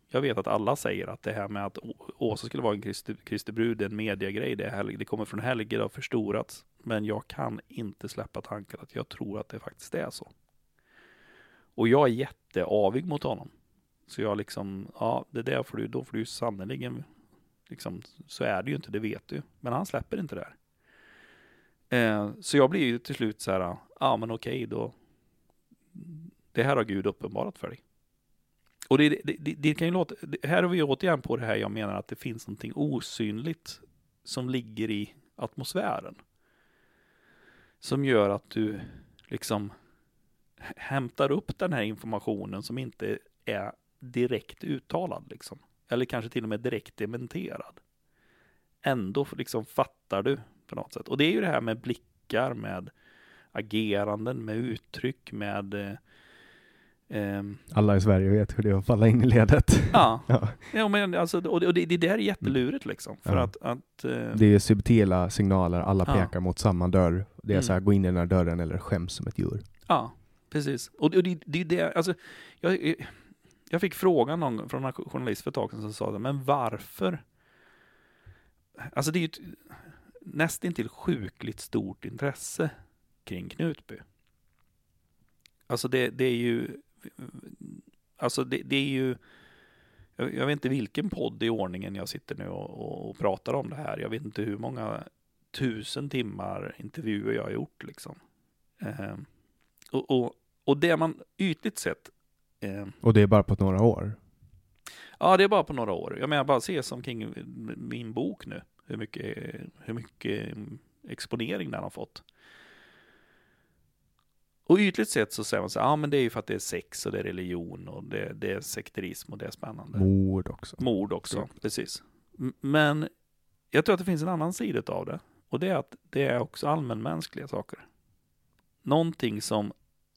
Jag vet att alla säger att det här med att Åsa skulle vara en Kristi, Kristi brud, en mediegrej, det, är, det kommer från helger och förstorats. Men jag kan inte släppa tanken att jag tror att det faktiskt är så. Och jag är jätteavig mot honom. Så jag liksom, ja, det där får du, då får du sannoliken, liksom, så är det ju inte, det vet du. Men han släpper inte det här. Eh, så jag blir ju till slut så här, ja men okej då. Det här har Gud uppenbarat för dig. Och det, det, det, det kan ju låta, det, här är vi återigen på det här jag menar att det finns någonting osynligt som ligger i atmosfären. Som gör att du liksom hämtar upp den här informationen som inte är direkt uttalad liksom. Eller kanske till och med direkt dementerad. Ändå liksom fattar du på något sätt. Och det är ju det här med blickar, med ageranden, med uttryck, med eh, eh, alla i Sverige vet hur det är att falla in i ledet. Ja, ja. ja men alltså, och det, och det, det där är jättelurigt liksom. För ja. att, att eh, det är subtila signaler, alla ja. pekar mot samma dörr. Det är Mm. så här, gå in i den här dörren eller skäms som ett djur. Ja, precis. Och det, och det, det är det, alltså, jag, jag fick frågan någon, från en journalist för ett tag sedan som sa det, men varför? Alltså det är ju ett nästintill sjukligt stort intresse kring Knutby. Alltså det, det är ju, alltså det, det är ju, jag, jag vet inte vilken podd i ordningen jag sitter nu och, och pratar om det här. Jag vet inte hur många tusen timmar intervjuer jag har gjort liksom. Eh, och, och, och det man ytligt sett eh, och det är bara på några år. Ja, det är bara på några år. Jag menar bara se som kring min bok nu. Hur mycket, hur mycket exponering den har fått. Och ytligt sett så säger man så här, ja men det är ju för att det är sex och det är religion och det, det är sekterism och det är spännande. Mord också. Mord också, Ja. precis. M- Men jag tror att det finns en annan sida av det. Och det är att det är också allmänmänskliga saker. Någonting som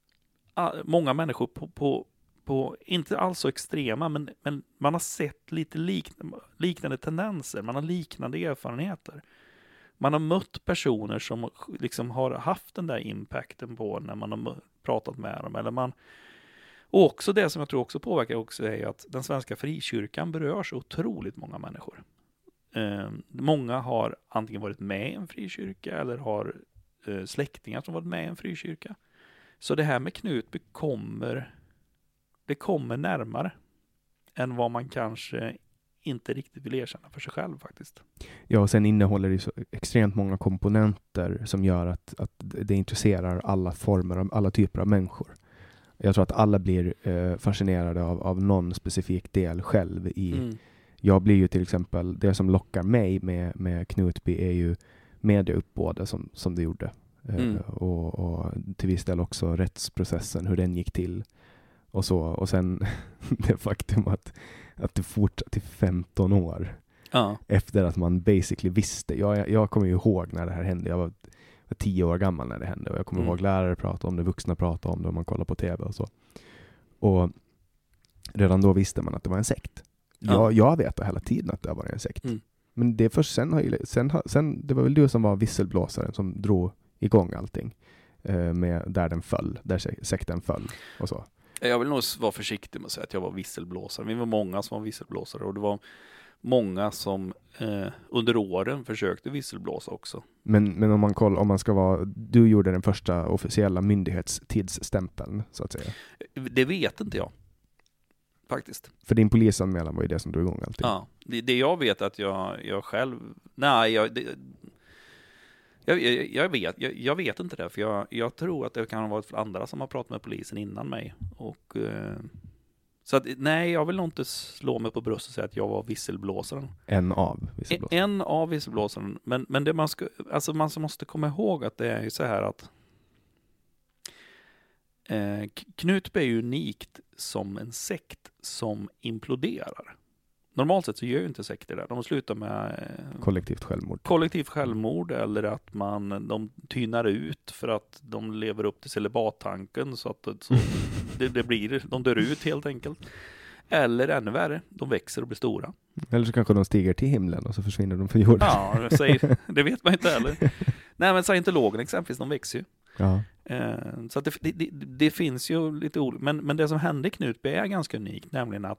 a- många människor på, på, på inte alls så extrema, men, men man har sett lite liknande, liknande tendenser. Man har liknande erfarenheter. Man har mött personer som liksom har haft den där impacten på när man har pratat med dem. Eller man, och också det som jag tror också påverkar också är att den svenska frikyrkan berörs otroligt många människor. Eh, många har antingen varit med i en frikyrka eller har eh, släktingar som varit med i en frikyrka. Så det här med Knutby kommer, det kommer närmare än vad man kanske inte riktigt vill erkänna för sig själv faktiskt. Ja, och sen innehåller det så extremt många komponenter som gör att, att det intresserar alla former, alla typer av människor. Jag tror att alla blir eh, fascinerade av, av någon specifik del själv i. Mm. Jag blir ju till exempel, det som lockar mig med, med Knutby är ju medieuppbådet som, som det gjorde. Mm. Eh, och, och till viss del också rättsprocessen, hur den gick till. Och så, och sen det faktum att, att det fortsatte till femton år ja. efter att man basically visste. Jag, jag kommer ju ihåg när det här hände. Jag var, var tio år gammal när det hände och jag kommer mm. ihåg lärare prata om det, vuxna prata om det och man kollar på tv och så. Och redan då visste man att det var en sekt. Ja. Jag, jag vet hela tiden att det var en sekt. Mm. Men det är först sen, har, sen, sen, det var väl du som var visselblåsaren som drog igång allting eh, med där den föll, där sekten föll och så. Jag vill nog vara försiktig med att säga att jag var visselblåsare. Vi var många som var visselblåsare och det var många som eh, under åren försökte visselblåsa också. Men, men om man kollar, om man ska vara, du gjorde den första officiella myndighetstidsstämpeln så att säga. Det vet inte jag. Faktiskt. För din polisanmälan var ju det som drog igång allting. Ja, det, det jag vet att jag, jag själv, nej jag... Det, Jag, jag, jag, vet, jag, jag vet inte det, för jag, jag tror att det kan ha varit andra som har pratat med polisen innan mig. Och, eh, så att, nej, jag vill nog inte slå mig på bröstet och säga att jag var visselblåsaren. En av visselblåsaren. En, en av visselblåsaren. Men, men det man, ska, alltså man måste komma ihåg att det är ju så här att eh, Knutby är ju unikt som en sekt som imploderar. Normalt sett så gör ju inte sekter det. De slutar med eh, kollektivt självmord. Kollektivt självmord eller att man, de tynar ut för att de lever upp till celibattanken så att så det, det blir, de dör ut helt enkelt. Eller ännu värre, de växer och blir stora. Eller så kanske de stiger till himlen och så försvinner de från jorden. Ja, säger, det vet man inte heller. Nej, men scientologerna exempelvis, de växer ju. Ja. Eh, så att det, det, det finns ju lite ord. Men, men det som hände i Knutby är ganska unikt, nämligen att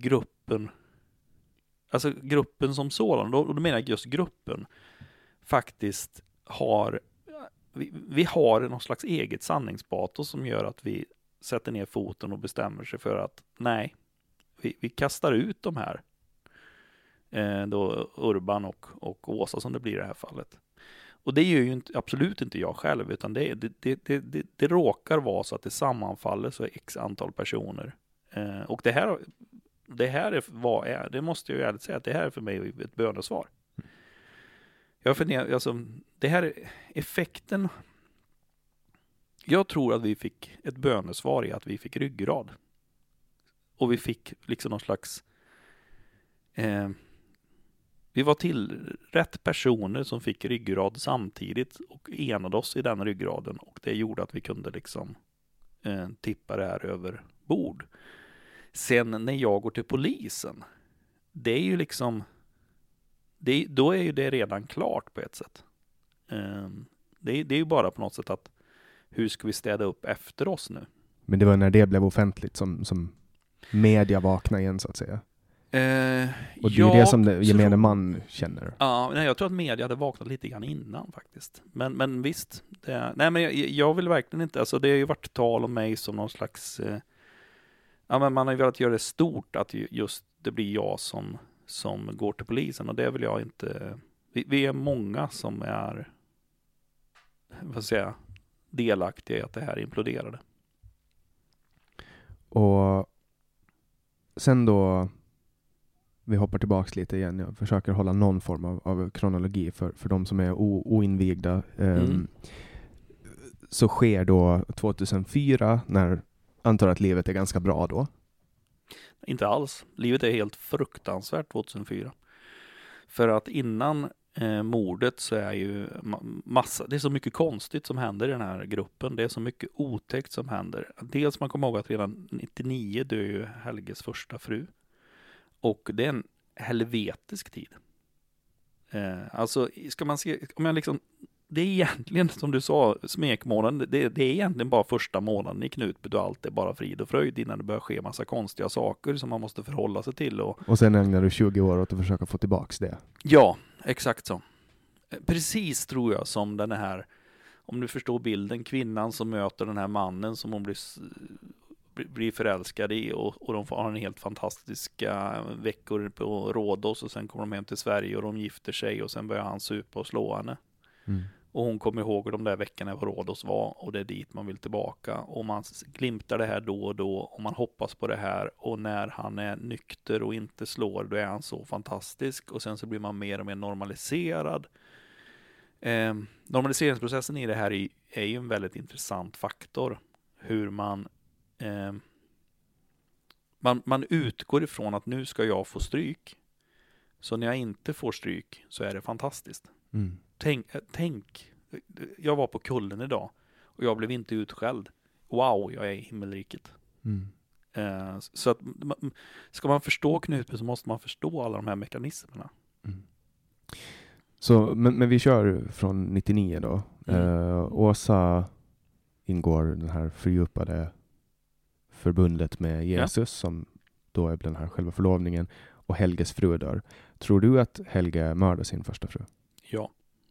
gruppen, alltså gruppen som sådan, och då menar jag just gruppen, faktiskt har, vi, vi har någon slags eget sanningspatos som gör att vi sätter ner foten och bestämmer sig för att nej, vi, vi kastar ut de här, eh, då Urban och, och Åsa som det blir i det här fallet. Och det är ju inte, absolut inte jag själv, utan det, det, det, det, det, det råkar vara så att det sammanfaller så x antal personer. Eh, och det här, det här är, vad är, det måste jag ju ärligt säga, att det här är för mig ett bönesvar. Jag funderar, alltså, det här är effekten. Jag tror att vi fick ett bönesvar i att vi fick ryggrad. Och vi fick liksom någon slags, eh, vi var till rätt personer som fick ryggrad samtidigt och enade oss i den ryggraden, och det gjorde att vi kunde liksom eh, tippa det här över bord. Sen när jag går till polisen, det är ju liksom, det, då är ju det redan klart på ett sätt. Eh, det, det är ju bara på något sätt att hur ska vi städa upp efter oss nu? Men det var när det blev offentligt som, som media vaknade igen så att säga. Eh, och det är det som det gemene man känner. Ja, nej, jag tror att media hade vaknat lite grann innan faktiskt. Men, men visst, det, nej men jag, jag vill verkligen inte, alltså det har ju varit tal om mig som någon slags, eh, ja men man har ju velat göra det stort att just det blir jag som, som går till polisen, och det vill jag inte, vi, vi är många som är, vad säger jag, delaktiga i att det här imploderade. Och sen då, vi hoppar tillbaks lite igen. Jag försöker hålla någon form av, av kronologi för, för de som är o, oinvigda. Um, mm. Så sker då tjugohundrafyra, när antar att livet är ganska bra då? Inte alls. Livet är helt fruktansvärt tjugohundrafyra. För att innan eh, mordet så är ju massa, det är så mycket konstigt som händer i den här gruppen. Det är så mycket otäckt som händer. Dels man kommer ihåg att redan nittionio dör ju Helges första fru. Och det är en helvetisk tid. Eh, alltså, ska man se, om jag liksom, det är egentligen, som du sa, smekmånaden, det, det är egentligen bara första månaden i Knutby då allt är bara frid och fröjd, innan det börjar ske massa konstiga saker som man måste förhålla sig till. Och, och sen ägnar du tjugo år åt att försöka få tillbaks det. Ja, exakt så. Precis tror jag som den här, om du förstår bilden, kvinnan som möter den här mannen som hon blir blir förälskade i, och, och de får ha en helt fantastiska veckor på Rhodos, och sen kommer de hem till Sverige och de gifter sig, och sen börjar han supa och slå henne. Mm. Och hon kommer ihåg hur de där veckorna på Rhodos var, och det är dit man vill tillbaka, och man glimtar det här då och då, och man hoppas på det här, och när han är nykter och inte slår, då är han så fantastisk, och sen så blir man mer och mer normaliserad. Eh, normaliseringsprocessen i det här är, är ju en väldigt intressant faktor, hur man Eh, man, man utgår ifrån att nu ska jag få stryk, så när jag inte får stryk så är det fantastiskt. Mm. Tänk, tänk, jag var på kullen idag och jag blev inte utskälld. Wow, jag är i himmelriket. Mm. Eh, så att ska man förstå Knutby så måste man förstå alla de här mekanismerna. Mm. Så, men, men vi kör från nittionio då. Mm. Eh, Åsa ingår den här fördjupade förbundet med Jesus, ja, som då är den här själva förlovningen, och Helges fru dör. Tror du att Helge mördade sin första fru? Ja.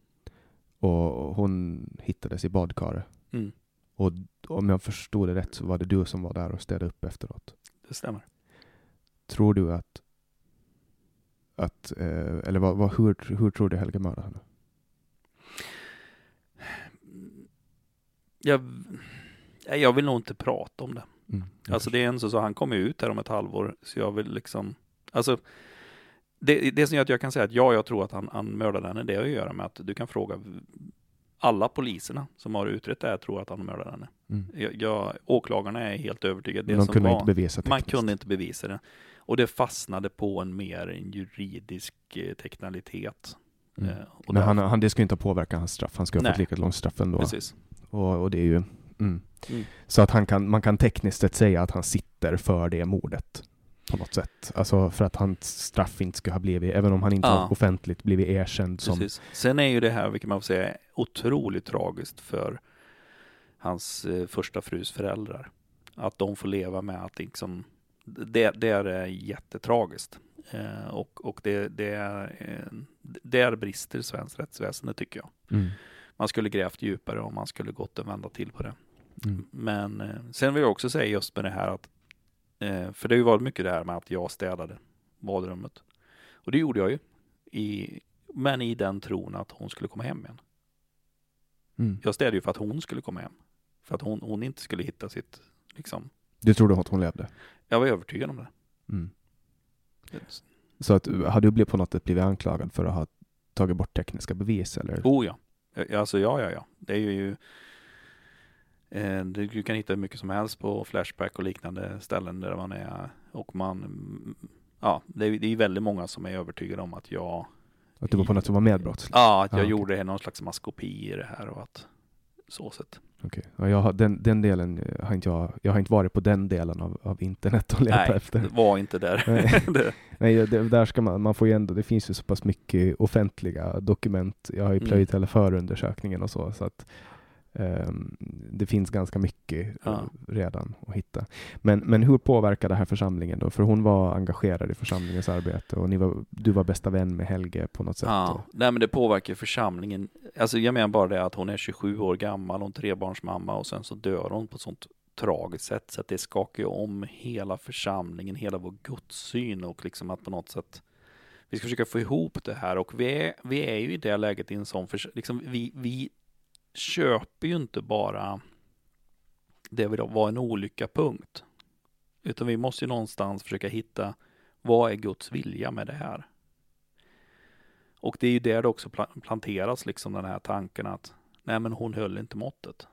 Och hon hittades i badkaret. Mm. Och om jag förstod det rätt så var det du som var där och städade upp efteråt. Det stämmer. Tror du att att eh, eller vad, vad, hur, hur tror du Helge mördade henne? Jag, jag vill nog inte prata om det. Mm, alltså det är en så, så han kommer ut här om ett halvår, så jag vill liksom, alltså det, det som gör att jag kan säga att ja, jag tror att han, han mördade henne, det har att göra med att du kan fråga alla poliserna som har utrett det här, tror att han mördade henne. Mm. Jag, jag, åklagarna är helt övertygade. Det de som kunde var, inte bevisa man kunde inte bevisa det. Och det fastnade på en mer en juridisk eh, teknikalitet. Mm. Eh, och men han, han, det ska inte påverka hans straff. Han ska ha fått lika långt straff ändå. Precis. Och, och det är ju mm. Mm. Så att han kan, man kan tekniskt sett säga att han sitter för det mordet på något sätt. Alltså för att hans straff inte ska ha blivit, även om han inte ja. har offentligt blivit erkänd som... Precis. Sen är ju det här, vilket man får säga, otroligt tragiskt för hans eh, första frus föräldrar. Att de får leva med att liksom, det, det är jättetragiskt. Eh, och och det, det är, eh, där brister svenskt rättsväsende, tycker jag. Mm. Man skulle grävt djupare och man skulle gått en vända till på det. Mm. Men eh, sen vill jag också säga just med det här att, eh, för det har ju varit mycket det här med att jag städade badrummet. Och det gjorde jag ju. I, men i den tron att hon skulle komma hem igen. Mm. Jag städade ju för att hon skulle komma hem. För att hon, hon inte skulle hitta sitt, liksom. Du trodde att hon levde? Jag var övertygad om det. Mm. det. Så att, har du blivit på något sätt blivit anklagad för att ha tagit bort tekniska bevis? Eller? Oh ja. Alltså ja, ja, ja. Det är ju... Eh, du kan hitta mycket som helst på Flashback och liknande ställen där man är. Och man... Ja, det är, det är väldigt många som är övertygade om att jag... Att du var på något som var medbrottsligt? Ja, att jag ah, okay. gjorde det, någon slags maskopi i det här och att... Så sett. Okej. Okay. Ja, jag har, den, den delen har inte jag... Jag har inte varit på den delen av, av internet och letat Nej, efter. Nej, var inte där. Nej, Nej det, där ska man... Man får ju ändå... Det finns ju så pass mycket offentliga dokument. Jag har ju plöjt mm. hela förundersökningen och så. Så att... Um, det finns ganska mycket ja. uh, redan att hitta. Men, men hur påverkar det här församlingen då? För hon var engagerad i församlingens arbete och ni var, du var bästa vän med Helge på något sätt. Ja, nej, men det påverkar församlingen. Alltså jag menar bara det att hon är tjugosju år gammal, hon trebarnsmamma och sen så dör hon på ett sånt tragiskt sätt så att det skakar ju om hela församlingen, hela vår gudssyn och liksom att på något sätt vi ska försöka få ihop det här och vi är, vi är ju i det läget i en sån för, liksom vi, vi köper ju inte bara det vill vara en olycka punkt. Utan vi måste ju någonstans försöka hitta vad är Guds vilja med det här. Och det är ju där det också planteras liksom den här tanken att nej men hon höll inte måttet.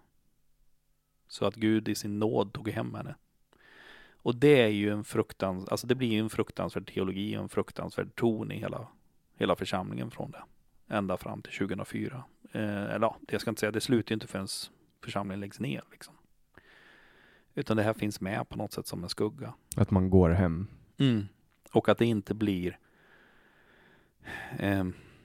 Så att Gud i sin nåd tog hem henne. Och det är ju en fruktans, alltså det blir ju en fruktansvärd teologi och en fruktansvärd ton i hela, hela församlingen från det. Ända fram till tjugohundrafyra. Eh, eller ja, det ska inte säga, det slutar ju inte förrän församlingen läggs ner liksom. Utan det här finns med på något sätt som en skugga. Att man går hem. Mm. Och att det inte blir eh,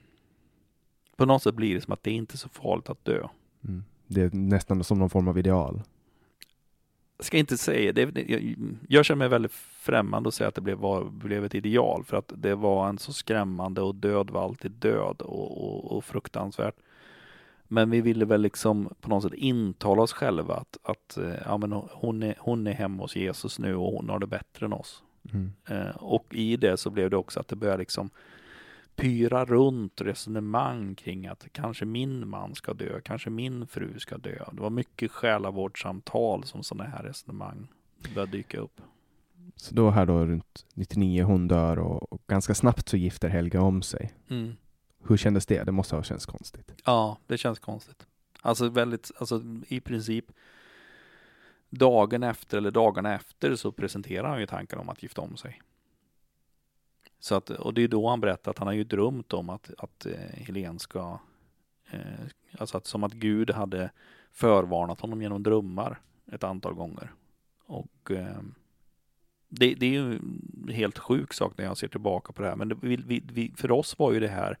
på något sätt blir det som att det inte är så farligt att dö. Mm. Det är nästan som någon form av ideal. Jag ska inte säga det, det jag, jag känner mig väldigt främmande att säga att det blev, var, blev ett ideal för att det var en så skrämmande och död var alltid död och, och, och fruktansvärt. Men vi ville väl liksom på något sätt intala oss själva att, att ja, men hon, är, hon är hemma hos Jesus nu och hon har det bättre än oss. Mm. Eh, och i det så blev det också att det började liksom pyra runt resonemang kring att kanske min man ska dö, kanske min fru ska dö. Det var mycket själavårdssamtal som sådana här resonemang började dyka upp. Så då här då runt nittionio hon dör och, och ganska snabbt så gifter Helga om sig. Mm. Hur kändes det? Det måste ha känts konstigt. Ja, det känns konstigt. Alltså väldigt, alltså i princip dagen efter eller dagarna efter så presenterar han ju tankar om att gifta om sig. Så att, och det är då han berättar att han har ju drömt om att, att eh, Helene ska, eh, alltså att som att Gud hade förvarnat honom genom drömmar ett antal gånger. Och eh, det, det är ju en helt sjuk sak när jag ser tillbaka på det här. Men det, vi, vi, vi, för oss var ju det här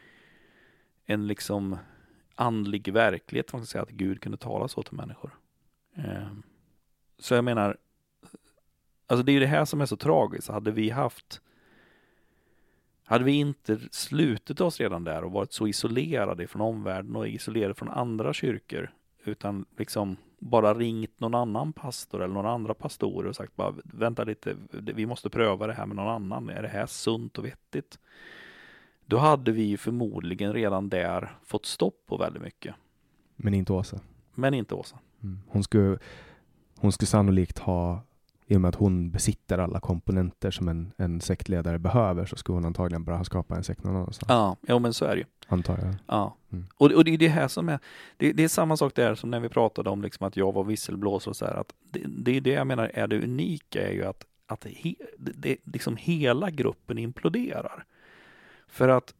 en liksom andlig verklighet, man kan säga, att Gud kunde tala så till människor. Eh, så jag menar, alltså det är ju det här som är så tragiskt. Hade vi haft Hade vi inte slutit oss redan där och varit så isolerade från omvärlden och isolerade från andra kyrkor utan liksom bara ringt någon annan pastor eller några andra pastorer och sagt bara vänta lite, vi måste pröva det här med någon annan. Är det här sunt och vettigt? Då hade vi förmodligen redan där fått stopp på väldigt mycket. Men inte Åsa. Men inte Åsa. Mm. Hon skulle, hon skulle sannolikt ha, i och med att hon besitter alla komponenter som en, en sektledare behöver, så skulle hon antagligen bara ha skapat en sekt någon annanstans. Ja, ja, men så är det ju. Antar jag. Ja. Mm. Och, och det är det här som är, det, det är samma sak där som när vi pratade om liksom att jag var visselblåsare och så här, att det, det är det jag menar är det unika är ju att, att he, det, det, liksom hela gruppen imploderar. För att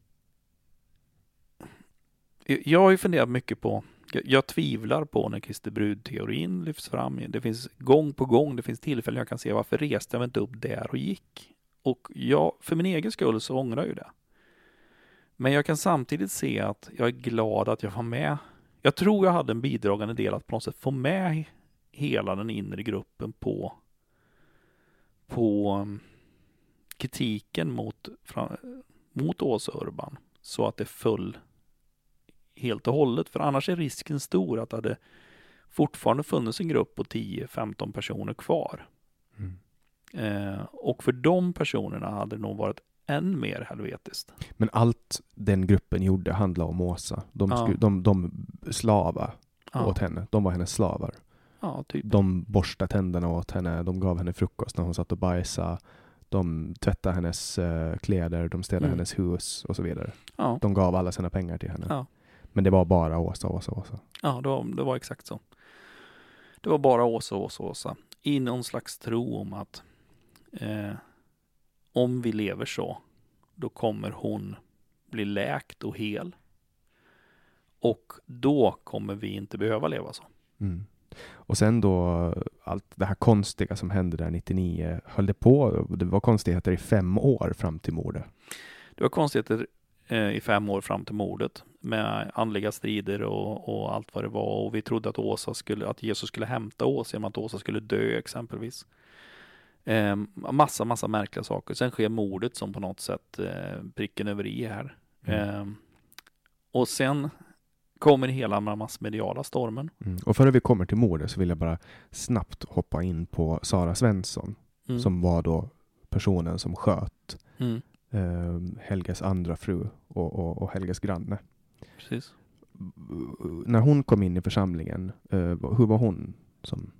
jag har ju funderat mycket på, jag, jag tvivlar på när Kristi brud-teorin lyfts fram. Det finns gång på gång, det finns tillfällen jag kan se varför reste jag inte upp där och gick. Och jag, för min egen skull så ångrar jag ju det. Men jag kan samtidigt se att jag är glad att jag var med. Jag tror jag hade en bidragande del att på något sätt få med hela den inre gruppen på, på kritiken mot, mot Åsa Urban så att det föll helt och hållet. För annars är risken stor att det hade fortfarande funnits en grupp på tio femton personer kvar. Mm. Eh, och för de personerna hade det nog varit än mer helvetiskt. Men allt den gruppen gjorde handlade om Åsa. De, ja. sku, de, de slava ja. åt henne. De var hennes slavar. Ja, typ. De borstade tänderna åt henne. De gav henne frukost när hon satt och bajsade. De tvättade hennes uh, kläder. De städade mm. hennes hus och så vidare. Ja. De gav alla sina pengar till henne. Ja. Men det var bara Åsa, Åsa, Åsa. Ja, det var, det var exakt så. Det var bara Åsa, Åsa, Åsa. I någon slags tro om att eh, om vi lever så, då kommer hon bli läkt och hel. Och då kommer vi inte behöva leva så. Mm. Och sen då, allt det här konstiga som hände där nittionio, höll det på, det var konstigheter i fem år fram till mordet. Det var konstigheter eh, i fem år fram till mordet med andliga strider och, och allt vad det var. Och vi trodde att Åsa skulle, att Jesus skulle hämta Åsa genom att Åsa skulle dö exempelvis. Eh, massa, massa märkliga saker. Sen sker mordet som på något sätt eh, pricken över i här. Mm. Eh, och sen kommer hela massmediala stormen. Mm. Och före vi kommer till mordet så vill jag bara snabbt hoppa in på Sara Svensson. Mm. Som var då personen som sköt mm. eh, Helges andra fru och, och, och Helges granne. Precis. När hon kom in i församlingen, eh, hur var hon som...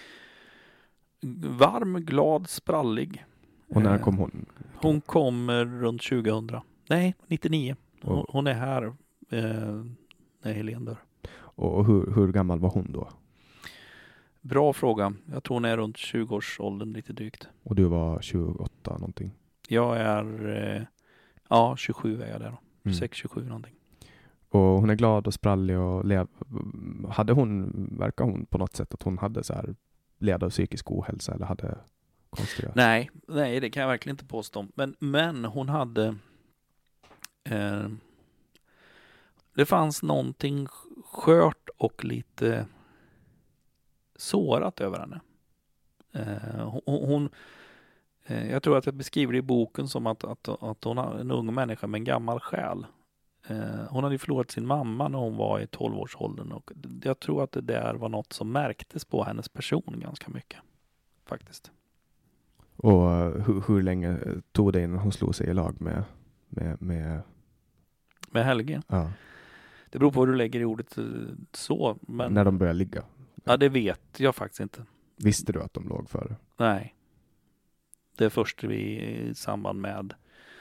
Varm, glad, sprallig. Och när kom hon? Hon kommer runt tjugohundra. Nej, nittionio. Hon, hon är här eh, när Helene dör. Och hur, hur gammal var hon då? Bra fråga. Jag tror hon är runt tjugo-årsåldern lite drygt. Och du var tjugoåtta någonting? Jag är, eh, ja tjugosju är jag där då. Mm. sex tjugosju någonting. Och hon är glad och sprallig och lev... Hade hon, verkar hon på något sätt att hon hade så här led av psykisk ohälsa eller hade konstiga... Nej, nej det kan jag verkligen inte påstå. Men, men hon hade... Eh, det fanns någonting skört och lite sårat över henne. Eh, hon... hon eh, jag tror att jag beskriver det i boken som att, att, att hon är en ung människa med en gammal själ. Hon hade ju förlorat sin mamma när hon var i tolvårsåldern och jag tror att det där var något som märktes på hennes person ganska mycket, faktiskt. Och hur, hur länge tog det innan hon slog sig i lag med med, med... med Helge? Ja. Det beror på hur du lägger i ordet så. Men... När de började ligga? Ja, det vet jag faktiskt inte. Visste du att de låg före? Nej. Det är först vi i samband med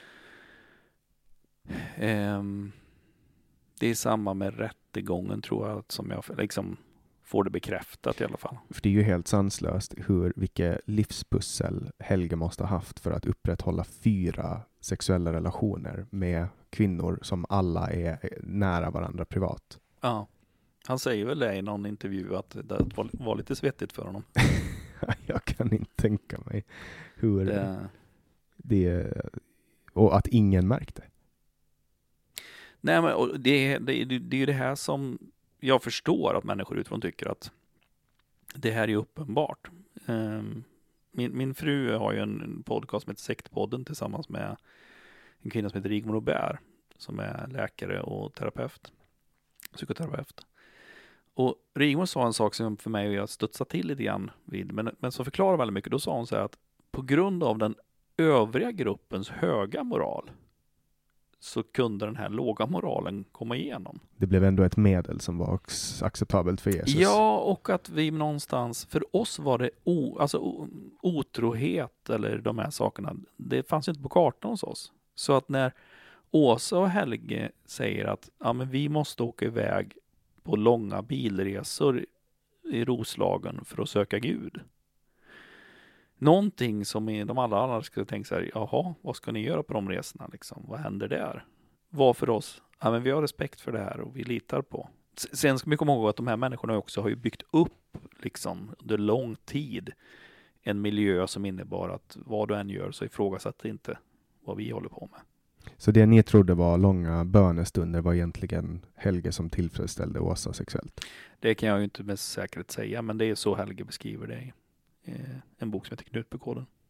Um, det är i samband med rättegången tror jag som jag liksom får det bekräftat i alla fall. För det är ju helt sanslöst hur vilket livspussel Helge måste ha haft för att upprätthålla fyra sexuella relationer med kvinnor som alla är nära varandra privat. Ja, han säger väl det i någon intervju att det var, var lite svettigt för honom. Jag kan inte tänka mig hur det... det och att ingen märkte. Nej, men och det, det, det, det är ju det här som jag förstår att människor utifrån tycker att det här är uppenbart. Um, min, min fru har ju en podcast som heter Sektpodden tillsammans med en kvinna som heter Rigmor Robert som är läkare och terapeut, psykoterapeut. Och Rigmor sa en sak som för mig jag studsade till lite grann vid, men, men som förklarar väldigt mycket. Då sa hon så här att på grund av den övriga gruppens höga moral så kunde den här låga moralen komma igenom. Det blev ändå ett medel som var acceptabelt för Jesus. Ja, och att vi någonstans, för oss var det o, alltså, otrohet eller de här sakerna, det fanns ju inte på kartan hos oss. Så att när Åsa och Helge säger att ja, men vi måste åka iväg på långa bilresor i Roslagen för att söka Gud. Någonting som de alla andra skulle tänka så här, jaha, vad ska ni göra på de resorna liksom? Vad händer där? Vad för oss? Ja, men vi har respekt för det här och vi litar på. Sen ska vi komma ihåg att de här människorna också har ju byggt upp liksom under lång tid en miljö som innebar att vad du än gör så ifrågasätt inte vad vi håller på med. Så det ni trodde var långa bönestunder var egentligen Helge som tillfredsställde Åsa sexuellt? Det kan jag ju inte med säkerhet säga, men det är så Helge beskriver det i en bok som heter Knutbykoden.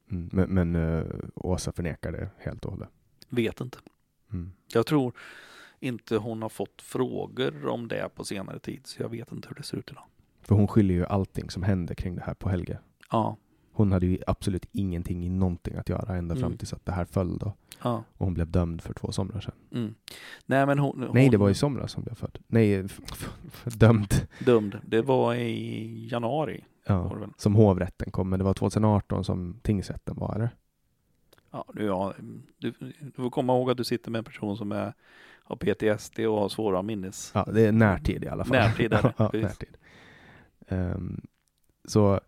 Mm. Men, men uh, Åsa förnekar det helt och hållet. Vet inte. Mm. Jag tror inte hon har fått frågor om det på senare tid. Så jag vet inte hur det ser ut idag. För hon skyller ju allting som hände kring det här på Helge. Ja. Hon hade ju absolut ingenting i någonting att göra ända fram Mm. tills att det här föll då. Ja. Och hon blev dömd för två somrar sedan. Mm. Nej, men hon, hon... Nej, det var i somras som blev född. Nej, f- f- f- dömd. Dömd. Det var i januari. Var det Ja, väl? som hovrätten kom. Men det var tjugoarton som tingsrätten var, eller? Ja, du, ja, du, du får komma ihåg att du sitter med en person som är, har P T S D och har svåra minnes. Ja, det är närtid i alla fall. Närtid är det, ja, precis. närtid. Um, så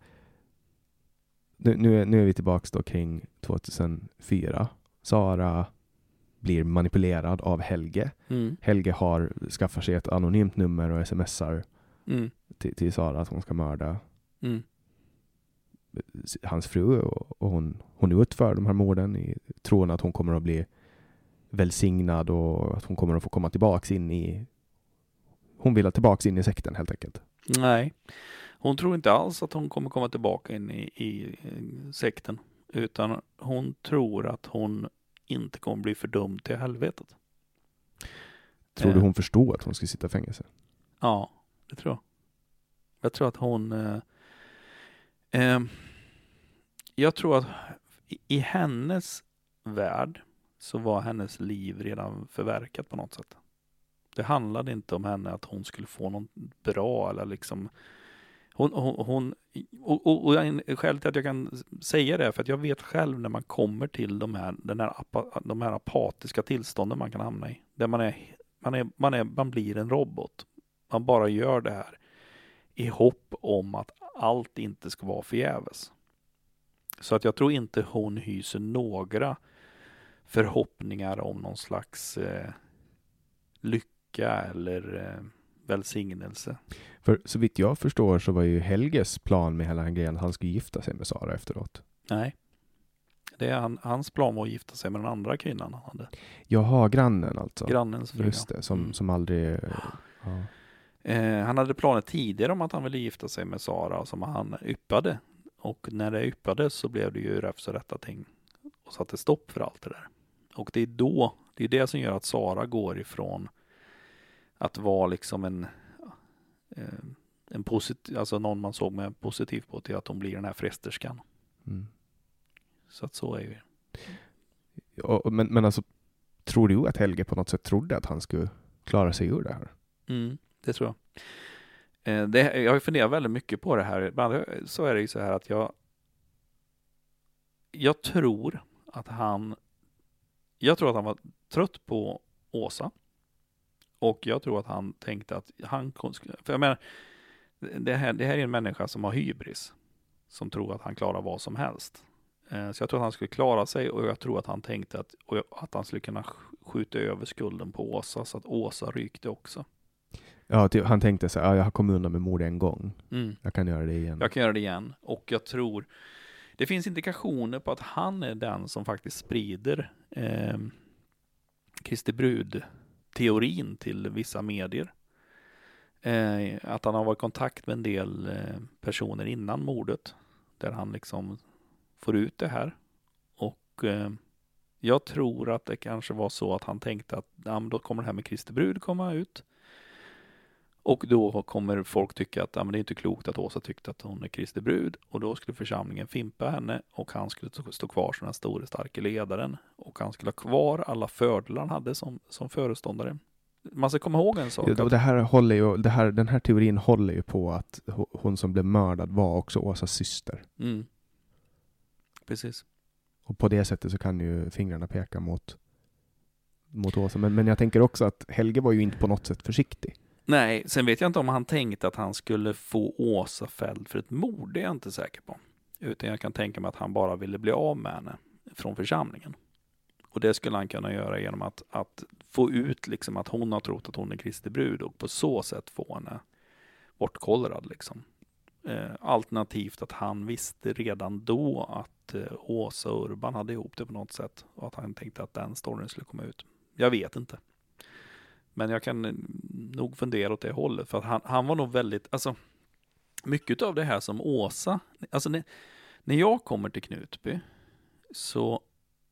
nu, nu, är, nu är vi tillbaka då kring tjugohundrafyra. Sara blir manipulerad av Helge. Mm. Helge har skaffat sig ett anonymt nummer och smsar Mm. till, till Sara att hon ska mörda Mm. hans fru och, och hon, hon utför de här morden i tron att hon kommer att bli välsignad och att hon kommer att få komma tillbaks in i hon vill tillbaks in i sekten helt enkelt. Nej, hon tror inte alls att hon kommer komma tillbaka in i, i sekten, utan hon tror att hon inte kommer bli fördömd till helvetet. Tror Eh. du hon förstod att hon skulle sitta i fängelse? Ja, det tror jag. Jag tror att hon eh, eh, jag tror att i, i hennes värld så var hennes liv redan förverkat på något sätt. Det handlade inte om henne att hon skulle få något bra eller liksom hon, hon, hon och, och, och jag, skälet till att jag kan säga det är för att jag vet själv när man kommer till de här, den här apa, de här apatiska tillstånden man kan hamna i. Där man är, man är, man är, man blir en robot. Man bara gör det här i hopp om att allt inte ska vara förgäves. Så att jag tror inte hon hyser några förhoppningar om någon slags eh, lycka eller eh, välsignelse. För så vitt jag förstår så var ju Helges plan med hela den grejen att han skulle gifta sig med Sara efteråt. Nej. Det är han, hans plan var att gifta sig med den andra kvinnan han hade. Jaha, grannen alltså. Grannens fru. Just det, som, Mm. som aldrig... Ja. Eh, han hade planer tidigare om att han ville gifta sig med Sara som han yppade. Och när det yppades så blev det ju räfs och rätta ting och satte stopp för allt det där. Och det är då, det är det som gör att Sara går ifrån att vara liksom en eh, en positiv, alltså någon man såg med positivt på till att hon blir den här frästerskan. Mm. Så att så är ju. Och, men, men alltså, tror du att Helge på något sätt trodde att han skulle klara sig ur det här? Mm, det tror jag. Eh, det, jag har funderat väldigt mycket på det här. Men så är det ju så här att jag jag tror att han jag tror att han var trött på Åsa. Och jag tror att han tänkte att han för jag menar det här, det här är en människa som har hybris. Som tror att han klarar vad som helst. Eh, så jag tror att han skulle klara sig och jag tror att han tänkte att, och att han skulle kunna skjuta över skulden på Åsa så att Åsa rykte också. Ja, typ, han tänkte så här, ja, jag har kommit undan med mord en gång. Mm. Jag kan göra det igen. Jag kan göra det igen. Och jag tror det finns indikationer på att han är den som faktiskt sprider eh, Kristi brud-teorin till vissa medier. Eh, att han har varit i kontakt med en del eh, personer innan mordet. Där han liksom får ut det här. Och eh, jag tror att det kanske var så att han tänkte att ja, då kommer det här med Kristi brud komma ut. Och då kommer folk tycka att ja, men det är inte klokt att Åsa tyckte att hon är Kristi brud. Och då skulle församlingen fimpa henne och han skulle stå kvar som den store starka ledaren. Och han skulle ha kvar alla fördelar han hade som, som föreståndare. Man ska komma ihåg en sak. Ja, och det här håller ju, det här, den här teorin håller ju på att hon som blev mördad var också Åsas syster. Mm. Precis. Och på det sättet så kan ju fingrarna peka mot, mot Åsa. Men, men jag tänker också att Helge var ju inte på något sätt försiktig. Nej, sen vet jag inte om han tänkte att han skulle få Åsa fälld för ett mord. Det är jag inte säker på. Utan jag kan tänka mig att han bara ville bli av med henne från församlingen. Och det skulle han kunna göra genom att, att få ut liksom att hon har trott att hon är Kristi brud och på så sätt få henne bortkollrad liksom. Eh, alternativt att han visste redan då att eh, Åsa och Urban hade ihop det på något sätt och att han tänkte att den storyn skulle komma ut. Jag vet inte. Men jag kan nog fundera åt det hållet för att han, han var nog väldigt, alltså mycket av det här som Åsa, alltså när, när jag kommer till Knutby så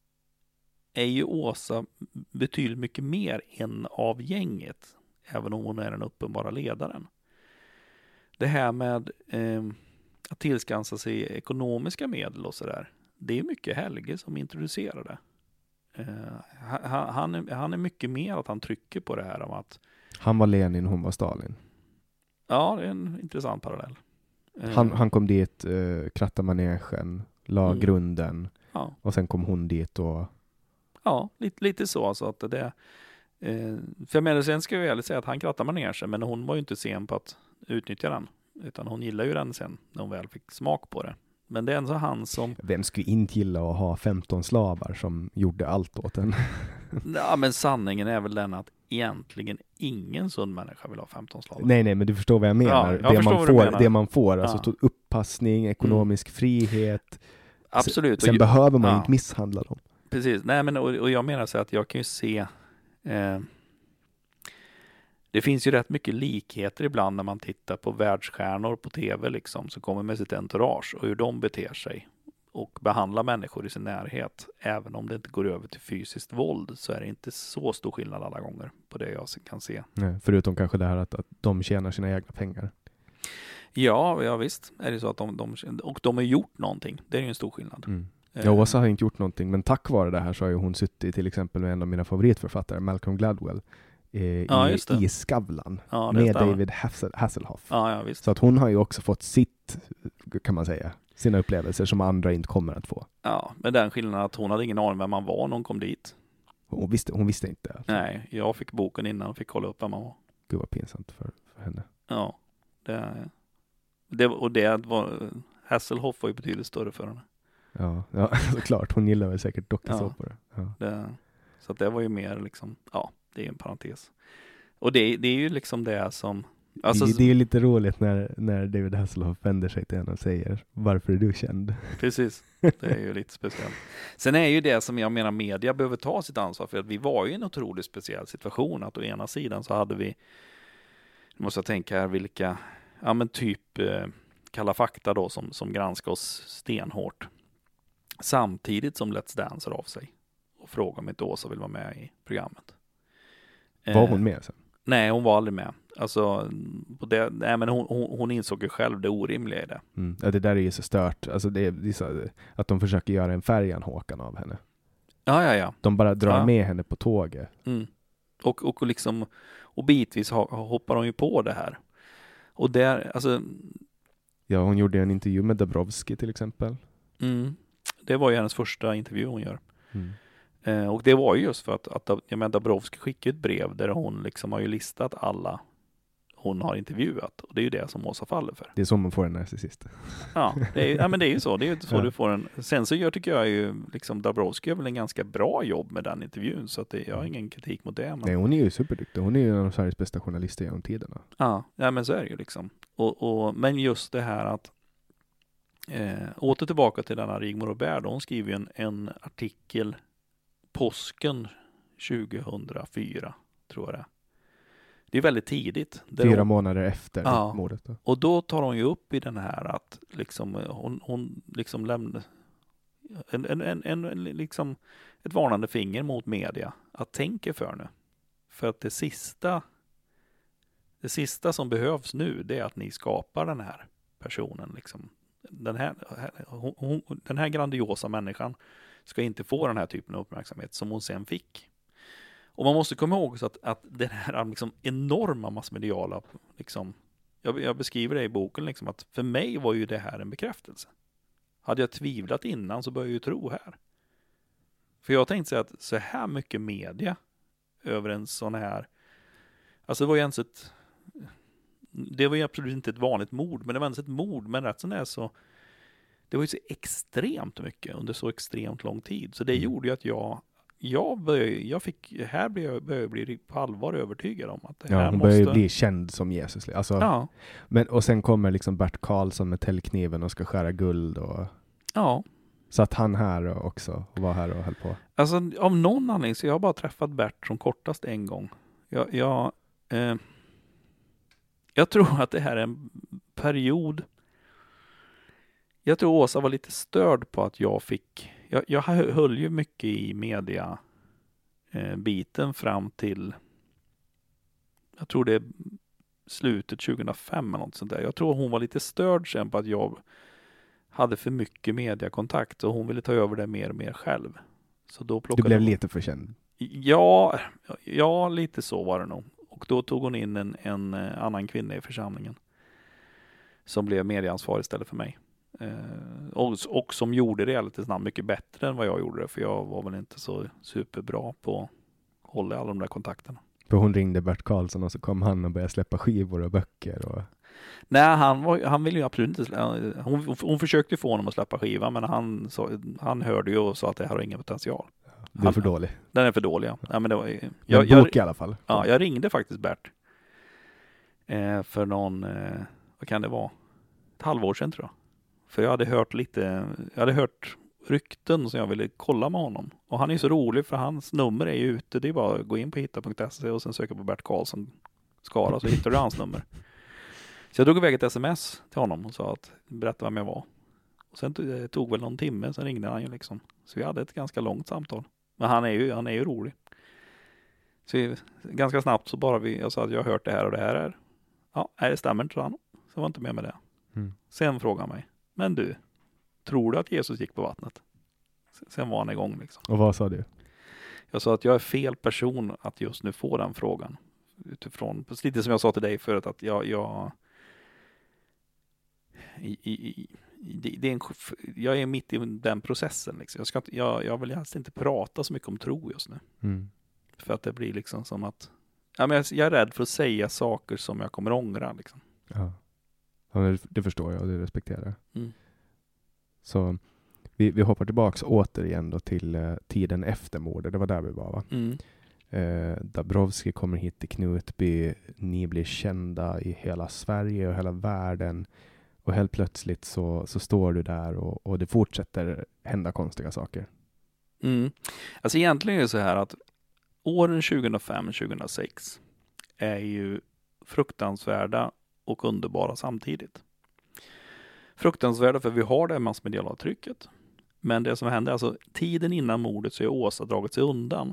är ju Åsa betydligt mycket mer en av gänget, även om hon är den uppenbara ledaren. Det här med eh, att tillskansa sig ekonomiska medel och sådär, det är mycket Helge som introducerar det. Eh, han, han, är, han är mycket mer att han trycker på det här om att han var Lenin, hon var Stalin. Ja, det är en intressant parallell. Eh, Han, han kom dit, uh, kratta manegen, la Mm. grunden ja. och sen kom hon dit och Ja, lite, lite så. Alltså att det, eh, för jag menar, sen ska jag väl säga att han krattar manegen, men hon var ju inte sen på att utnyttja den. Utan hon gillar ju den sen när hon väl fick smak på det. Men det är ändå han som... vem skulle inte gilla att ha femton slavar som gjorde allt åt en? Ja, men sanningen är väl den att egentligen ingen sund människa vill ha femton slavar. Nej, nej, men du förstår vad jag menar. Ja, jag det, förstår man vad du får, menar. det man får, alltså Ja. to- uppassning, ekonomisk frihet. Absolut. Sen och, behöver man ja. inte misshandla dem. Precis. Nej, men och, och jag menar så att jag kan ju se... Eh, det finns ju rätt mycket likheter ibland när man tittar på världsstjärnor på tv liksom, som kommer med sitt entourage och hur de beter sig och behandlar människor i sin närhet. Även om det inte går över till fysiskt våld så är det inte så stor skillnad alla gånger på det jag kan se. Nej, förutom kanske det här att, att de tjänar sina egna pengar. Ja, ja visst är det så att de, de och de har gjort någonting. Det är ju en stor skillnad. Mm. Eh, Ja, Åsa har inte gjort någonting, men tack vare det här så har ju hon suttit till exempel med en av mina favoritförfattare, Malcolm Gladwell, eh, Ja, i, just det. i Skavlan Ja, det med stämmer. David Hassel, Hasselhoff. Ja, ja, visst. Så att hon har ju också fått sitt, kan man säga, sina upplevelser som andra inte kommer att få. Ja, med den skillnaden att hon hade ingen aning vem man var när hon kom dit. Hon visste, hon visste inte. Alltså. Nej, jag fick boken innan och fick kolla upp vem man var. Gud vad pinsamt för, för henne. Ja, det, det och det var Hasselhoff var ju betydligt större för henne. Ja, ja såklart. Hon gillar väl säkert dokusåpor. Ja. Det, så att det var ju mer liksom, ja, det är ju en parentes. Och det, det är ju liksom det som... Alltså, det, det är ju lite roligt när, när David Hasselhoff vänder sig till henne och säger varför är du känd? Precis, det är ju lite speciellt. Sen är ju det som jag menar media behöver ta sitt ansvar för att vi var ju i en otroligt speciell situation. Att å ena sidan så hade vi, nu måste jag tänka här vilka, ja men typ eh, Kalla fakta då som, som granskar oss stenhårt. Samtidigt som Let's Dance av sig och frågar om inte Åsa vill vara med i programmet. Var hon med sen? Nej, hon var aldrig med. Alltså, på det, nej, men hon, hon, hon insåg ju själv det orimliga i det. Mm. Ja, det där är ju så stört. Alltså det är, det är så, att de försöker göra en färjan Håkan av henne. Ja, ja, ja. De bara drar Ja. med henne på tåget. Mm. Och, och, liksom, och bitvis ha, hoppar hon ju på det här. Och där, alltså... Ja, hon gjorde en intervju med Dabrowski till exempel. Mm, det var ju hennes första intervju hon gör. Mm. Eh, och det var ju just för att, att jag menar, Dabrowski skickade ett brev där hon liksom har ju listat alla hon har intervjuat. Och det är ju det som Åsa faller för. Det är så man får en narcissist. Ja, det är, ja men det är ju så. Det är ju så Ja. du får en... Sen så gör, tycker jag ju, liksom Dabrowski gör väl en ganska bra jobb med den intervjun. Så att det, jag har ingen kritik mot det. Men... Nej, hon är ju superduktig. Hon är ju en av Sveriges bästa journalister genom tiderna. Ja, ja, men så är det ju liksom. Och, och, men just det här att eh, åter tillbaka till denna Rigmor Robert. Hon skriver ju en, en artikel påsken tjugohundrafyra, tror jag det är. Det är väldigt tidigt. Där Fyra hon, månader efter Ja. mordet. Då. och då tar hon ju upp i den här att liksom, hon, hon liksom lämnar en, en, en, en, en, liksom ett varnande finger mot media. Att tänka för nu. För att det sista det sista som behövs nu, det är att ni skapar den här personen. Liksom. Den, här, hon, hon, den här grandiosa människan ska inte få den här typen av uppmärksamhet som hon sen fick. Och man måste komma ihåg så att, att den här liksom enorma massmediala, liksom, jag, jag beskriver det i boken, liksom, att för mig var ju det här en bekräftelse. Hade jag tvivlat innan så började jag ju tro här. För jag tänkte säga att så här mycket media över en sån här, alltså det var ju ens ett, det var ju absolut inte ett vanligt mord, men det var ens ett mord, men rätt som det är så, det var ju så extremt mycket under så extremt lång tid. Så det Mm. gjorde ju att jag Jag, började, jag fick, här började jag började bli på allvar övertygad om att det här Ja, hon måste... börjar ju bli känd som Jesus. Alltså, Ja, men, och sen kommer liksom Bert Karlsson med täljkniven och ska skära guld. Och, ja. så att han här också var här och höll på. Alltså av någon anledning så jag har bara träffat Bert som kortast en gång. Jag, jag, eh, jag tror att det här är en period. Jag tror Åsa var lite störd på att jag fick jag, jag höll ju mycket i media eh, biten fram till, jag tror det är slutet tjugohundrafem eller något sånt där. Jag tror hon var lite störd sen på att jag hade för mycket mediakontakt och hon ville ta över det mer och mer själv. Så då plockade Du blev hon... lite för känd. Ja, ja, lite så var det nog. Och då tog hon in en, en annan kvinna i församlingen som blev medieansvarig istället för mig. Eh, och, och som gjorde det lite snabbt mycket bättre än vad jag gjorde det, för jag var väl inte så superbra på att hålla alla de där kontakterna. För hon ringde Bert Karlsson och så kom han och började släppa skivor och böcker. Och... Nej, han, var, han ville ju absolut inte slä, hon, hon försökte få honom att släppa skiva, men han, så, han hörde ju och sa att det här har ingen potential. Det är han, för dålig. Den är för dålig, ja. ja men det var, jag, jag, jag, bok i alla fall. Ja, jag ringde faktiskt Bert. Eh, för någon, eh, vad kan det vara? Ett halvår sedan tror jag. För jag hade hört lite, jag hade hört rykten som jag ville kolla med honom. Och han är så rolig för hans nummer är ju ute. Det är bara att gå in på hitta punkt se och sen söka på Bert Karlsson Skara så hittar du hans nummer. Så jag drog iväg ett sms till honom och sa att berätta vem jag var. Och sen tog, det tog väl någon timme, sen ringde han ju liksom. Så vi hade ett ganska långt samtal. Men han är ju, han är ju rolig. Så vi, ganska snabbt så bara vi, jag sa att jag har hört det här och det här är. Ja, nej, det stämmer inte, så han. Så var inte med med det. Mm. Sen frågade han mig, men du, tror du att Jesus gick på vattnet? Sen var han igång liksom. Och vad sa du? Jag sa att jag är fel person att just nu få den frågan. Utifrån, lite som jag sa till dig förut, att jag, jag i, i, i, det, det är en, jag är mitt i den processen liksom. Jag, ska, jag, jag vill helst inte prata så mycket om tro just nu. Mm. För att det blir liksom som att ja, men jag, jag är rädd för att säga saker som jag kommer ångra liksom. Ja. Ja, det förstår jag och det respekterar jag. Mm. Så vi, vi hoppar tillbaks återigen då till uh, tiden efter mordet. Det var där vi var, va? Mm. Uh, Dabrowski kommer hit till Knutby. Ni blir kända i hela Sverige och hela världen. Och helt plötsligt så, så står du där och, och det fortsätter hända konstiga saker. Mm. Alltså egentligen är det så här att åren tjugohundrafem tjugohundrasex är ju fruktansvärda och underbara samtidigt. Fruktansvärda för vi har det här massmediala trycket. Men det som hände, alltså tiden innan mordet så är Åsa dragit sig undan.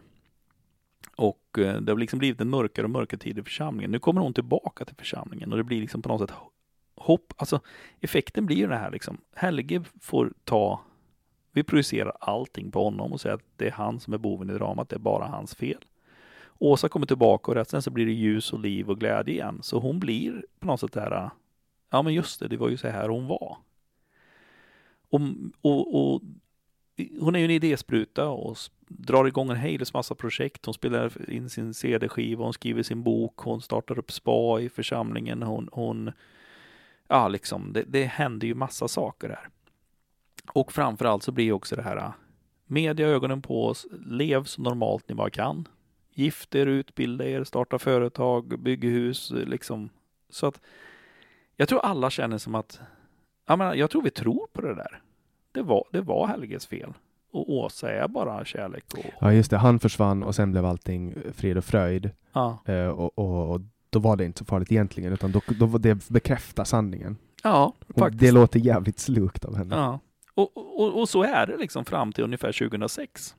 Och eh, det har liksom blivit en mörkare och mörkare tid i församlingen. Nu kommer hon tillbaka till församlingen och det blir liksom på något sätt hopp. Alltså effekten blir ju det här liksom. Helge får ta, vi projicerar allting på honom och säger att det är han som är boven i dramat, det är bara hans fel. Åsa kommer tillbaka och resten så blir det ljus och liv och glädje igen. Så hon blir på något sätt där, ja men just det, det var ju så här hon var. Och, och, och hon är ju en idéspruta och drar igång en hel massa projekt. Hon spelar in sin C D-skiva, hon skriver sin bok, hon startar upp spa i församlingen. Hon, hon ja liksom, det, det händer ju massa saker här. Och framförallt så blir också det här media ögonen på oss, lev så normalt ni bara kan. Gift er, utbilda er, starta företag, bygga hus liksom. Så att jag tror alla känner som att jag, menar, jag tror vi tror på det där. Det var, det var Helges fel. Och Åsa är bara kärlek. Och... Ja just det, han försvann och sen blev allting frid och fröjd. Ja. Eh, och, och, och då var det inte så farligt egentligen, utan då, då var det bekräfta sanningen. Ja, faktiskt. Det låter jävligt slukt av henne. Ja. Och, och, och så är det liksom fram till ungefär tjugohundrasex.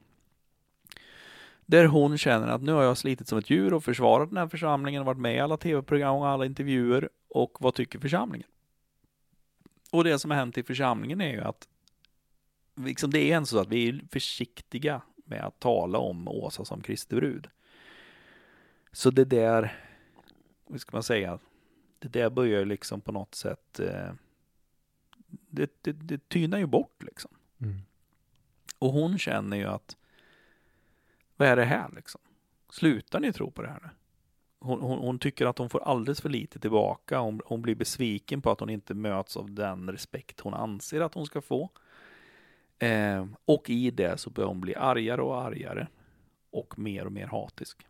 Där hon känner att nu har jag slitit som ett djur och försvarat den här församlingen och varit med i alla tv-program och alla intervjuer. Och vad tycker församlingen? Och det som har hänt i församlingen är ju att liksom det är en så att vi är försiktiga med att tala om Åsa som Kristi brud. Så det där, vad ska man säga, det där börjar liksom på något sätt, eh, det, det, det tynar ju bort liksom. Mm. Och hon känner ju att, vad är det här liksom? Slutar ni tro på det här nu? Hon, hon, hon tycker att hon får alldeles för lite tillbaka. Hon, hon blir besviken på att hon inte möts av den respekt hon anser att hon ska få. Eh, och i det så börjar hon bli argare och argare. Och mer och mer hatisk.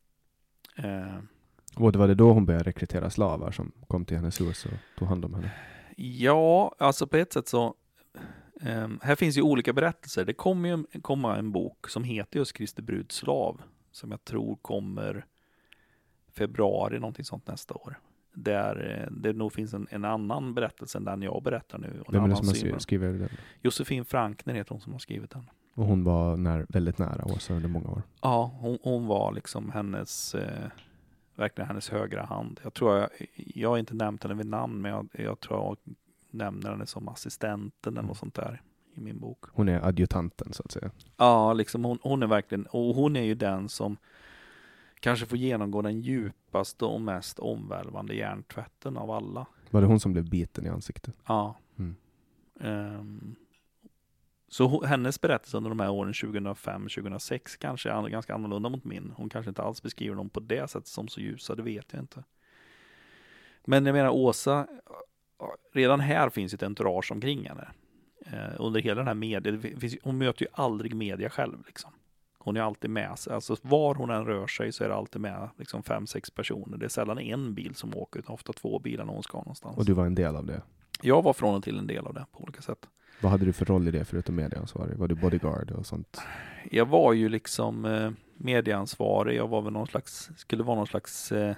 Eh, och det var det då hon började rekrytera slavar som kom till hennes hus och tog hand om henne? Ja, alltså på ett sätt så eh, här finns ju olika berättelser. Det kommer ju en, komma en bok som heter just Kristi bruds slav. Som jag tror kommer februari, någonting sånt nästa år. där det nog finns en, en annan berättelse än den jag berättar nu. Och Vem är det som har skrivit den? Josefin Frankner heter hon som har skrivit den. Och hon var när, väldigt nära Åsa under många år. Ja, hon, hon var liksom hennes, eh, verkligen hennes högra hand. Jag tror jag, jag har inte nämnt henne vid namn, men jag, jag tror jag nämner henne som assistenten eller något sånt där i min bok. Hon är adjutanten så att säga. Ja, liksom hon, hon är verkligen, och hon är ju den som kanske får genomgå den djupaste och mest omvälvande hjärntvätten av alla. Var det hon som blev biten i ansiktet? Ja. Mm. Um, så ho- hennes berättelse under de här åren tjugohundrafem tjugohundrasex kanske är ganska annorlunda mot min. Hon kanske inte alls beskriver dem på det sättet som så ljusa, det vet jag inte. Men jag menar Åsa, redan här finns ett entourage omkring henne. Uh, under hela den här media, det finns, hon möter ju aldrig media själv liksom. Hon är alltid med sig. Alltså var hon än rör sig så är det alltid med liksom fem, sex personer. Det är sällan en bil som åker utan ofta två bilar när hon ska någonstans. Och du var en del av det? Jag var från och till en del av det på olika sätt. Vad hade du för roll i det förutom medieansvarig? Var du bodyguard och sånt? Jag var ju liksom eh, medieansvarig. Jag var väl någon slags, skulle vara någon slags eh,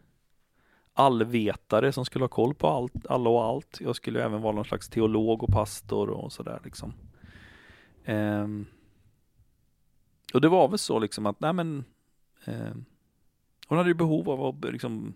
allvetare som skulle ha koll på allt, alla och allt. Jag skulle även vara någon slags teolog och pastor och sådär liksom. Ehm. Och det var väl så liksom att, nej men, eh, hon hade ju behov av att liksom,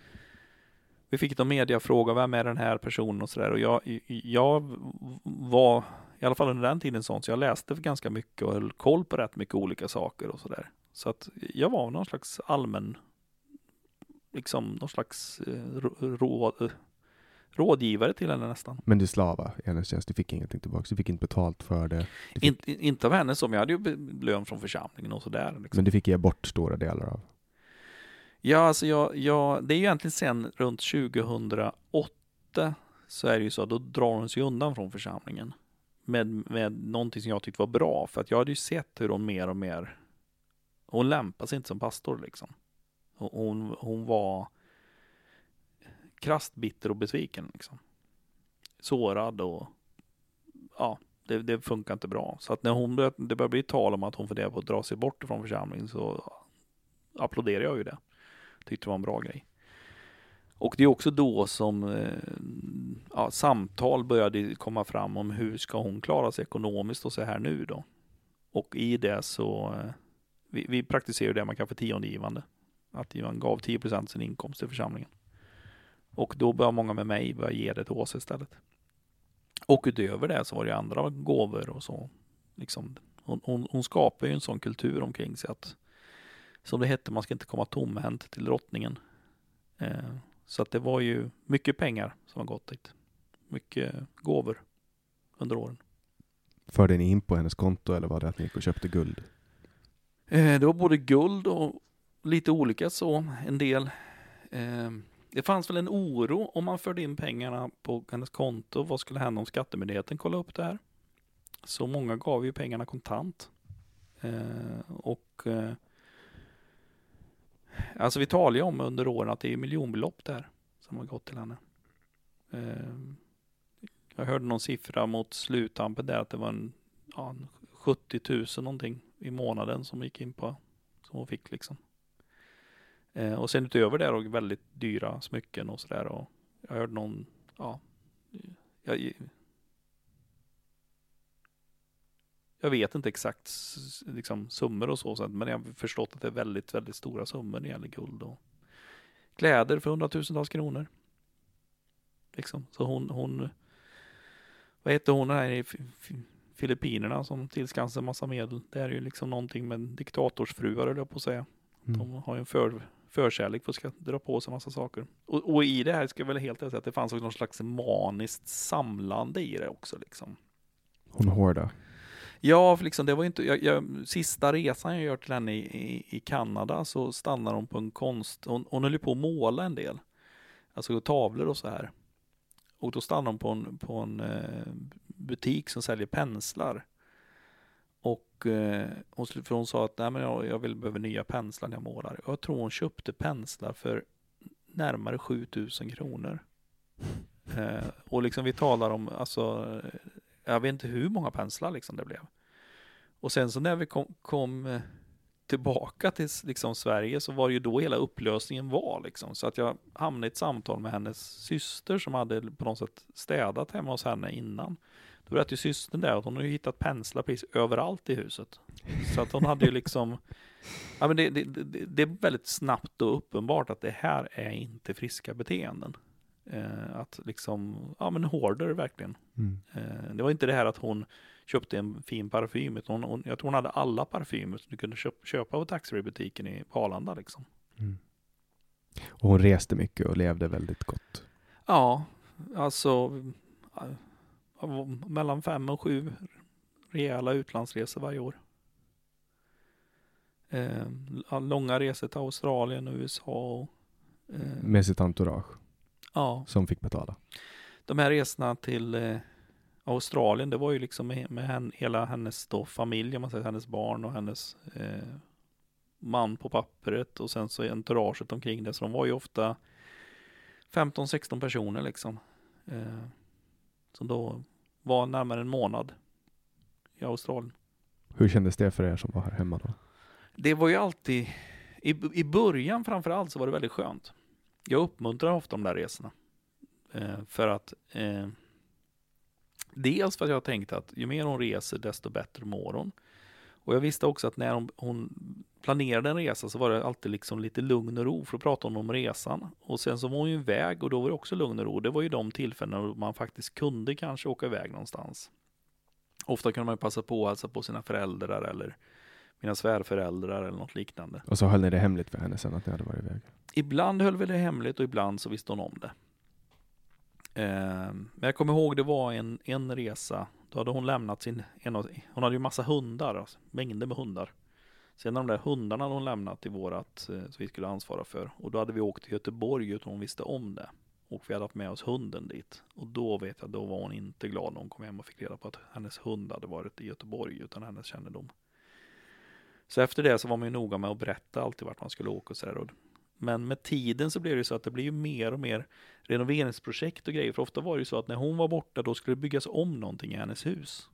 vi fick en mediafråga, vem är den här personen och sådär. Och jag, jag var, i alla fall under den tiden sånt, så jag läste ganska mycket och höll koll på rätt mycket olika saker och sådär. Så att jag var någon slags allmän, liksom någon slags eh, råd, rådgivare till henne nästan. Men du slava i hennes tjänst, du fick ingenting tillbaka, du fick inte betalt för det. Fick... In, inte av henne som, jag hade ju lön från församlingen och sådär. Liksom. Men du fick ge bort stora delar av? Ja, alltså jag, jag, det är ju egentligen sen runt tjugohundraåtta så är det ju så, då drar hon sig undan från församlingen. Med, med någonting som jag tyckte var bra, för att jag hade ju sett hur hon mer och mer, hon lämpade sig inte som pastor liksom. Hon, hon var krasst bitter och besviken liksom. Sårad och ja, det, det funkar inte bra. Så att när hon började, det började bli tal om att hon funderade på att dra sig bort från församlingen, så applåderade jag ju det. Tyckte det var en bra grej. Och det är också då som eh, ja, samtal började komma fram om hur ska hon klara sig ekonomiskt och så här nu då. Och i det så eh, vi, vi praktiserar det man kan för tiondegivande. Att man gav tio procent sin inkomst till församlingen. Och då började många med mig börja ge det till oss istället. Och utöver det så var det andra gåvor och så. Liksom, hon, hon, hon skapar ju en sån kultur omkring sig att, som det hette, man ska inte komma tomhänt till drottningen. Eh, så att det var ju mycket pengar som har gått dit. Mycket gåvor under åren. Förde ni in på hennes konto eller var det att ni gick och köpte guld? Eh, det var både guld och lite olika så. En del. Eh, det fanns väl en oro om man förde in pengarna på hennes konto. Vad skulle hända om skattemyndigheten kollade upp det här? Så många gav ju pengarna kontant. Eh, och eh, alltså vi talar ju om under åren att det är miljonbelopp där som har gått till henne. Eh, jag hörde någon siffra mot sluttampen där att det var en, ja, en sjuttio tusen någonting i månaden som gick in på, som hon fick liksom. Eh, och sen utöver det och väldigt dyra smycken och sådär. Och jag hörde någon, ja, jag, jag vet inte exakt liksom, summor och så, men jag har förstått att det är väldigt, väldigt stora summor när det gäller guld och kläder för hundratusentals kronor. Liksom. Så hon, hon, vad heter hon här i Filippinerna som tillskansar en massa medel? Det är ju liksom någonting med diktatorsfruar, eller jag på att säga. Mm. De har ju en för, förkärlek för att ska dra på sig en massa saker. Och, och i det här ska jag väl helt säga att det fanns också någon slags maniskt samlande i det också. Liksom. Hon hårda. Ja, för liksom, det var inte, jag, jag, sista resan jag gör till henne i, i, i Kanada så stannar hon på en konst, hon, hon höll ju på att måla en del. Alltså tavlor och så här. Och då stannar hon på en, på en eh, butik som säljer penslar. Och eh, hon, för hon sa att nej, men jag, jag vill behöva nya penslar när jag målar. Jag tror hon köpte penslar för närmare sjutusen kronor. Eh, och liksom vi talar om, alltså, jag vet inte hur många penslar liksom det blev. Och sen så när vi kom, kom tillbaka till liksom Sverige så var det ju då hela upplösningen var liksom. Så att jag hamnade i ett samtal med hennes syster som hade på något sätt städat hemma hos henne innan. Då berättade ju systern där att hon har ju hittat penslar precis överallt i huset. Så att hon hade ju liksom, ja men det, det, det, det är väldigt snabbt och uppenbart att det här är inte friska beteenden. Eh, att liksom, ja men hårdare verkligen. Mm. Eh, det var inte det här att hon köpte en fin parfym. Hon, hon, jag tror hon hade alla parfymer som du kunde köpa, köpa på taxfree-butiken i Arlanda liksom. Mm. Och hon reste mycket och levde väldigt gott. Ja, alltså mellan fem och sju rejäla utlandsresor varje år. Eh, långa resor till Australien och U S A. Och, eh, med sitt entourage. Ja. Som fick betala. De här resorna till eh, Australien, det var ju liksom med, med henne, hela hennes då familj, man säger, hennes barn och hennes eh, man på pappret och sen så entouraget omkring det. Så de var ju ofta femton sexton personer liksom. Eh, som då var närmare en månad i Australien. Hur kändes det för er som var här hemma då? Det var ju alltid, i, i början framförallt så var det väldigt skönt. Jag uppmuntrar ofta de där resorna. Eh, för att eh, dels för att jag tänkte att ju mer hon reser desto bättre mår hon. Och jag visste också att när hon, hon planerade en resa så var det alltid liksom lite lugn och ro för att prata om resan. Och sen så var hon ju iväg och då var det också lugn och ro. Det var ju de tillfällen då man faktiskt kunde kanske åka iväg någonstans. Ofta kunde man ju passa på att hälsa på sina föräldrar eller mina svärföräldrar eller något liknande. Och så höll ni det hemligt för henne sen att ni hade varit iväg? Ibland höll vi det hemligt och ibland så visste hon om det. Eh, men jag kommer ihåg det var en, en resa. Då hade hon lämnat sin, en av, hon hade ju massa hundar, alltså, mängder med hundar. Sen de där hundarna hade hon lämnat i vårat, eh, så vi skulle ansvara för. Och då hade vi åkt till Göteborg utan hon visste om det. Och vi hade haft med oss hunden dit. Och då vet jag, då var hon inte glad när hon kom hem och fick reda på att hennes hund hade varit i Göteborg utan hennes kännedom. Så efter det så var man ju noga med att berätta alltid vart man skulle åka och så där. Men med tiden så blev det så att det blir ju mer och mer renoveringsprojekt och grejer. För ofta var det ju så att när hon var borta då skulle det byggas om någonting i hennes hus.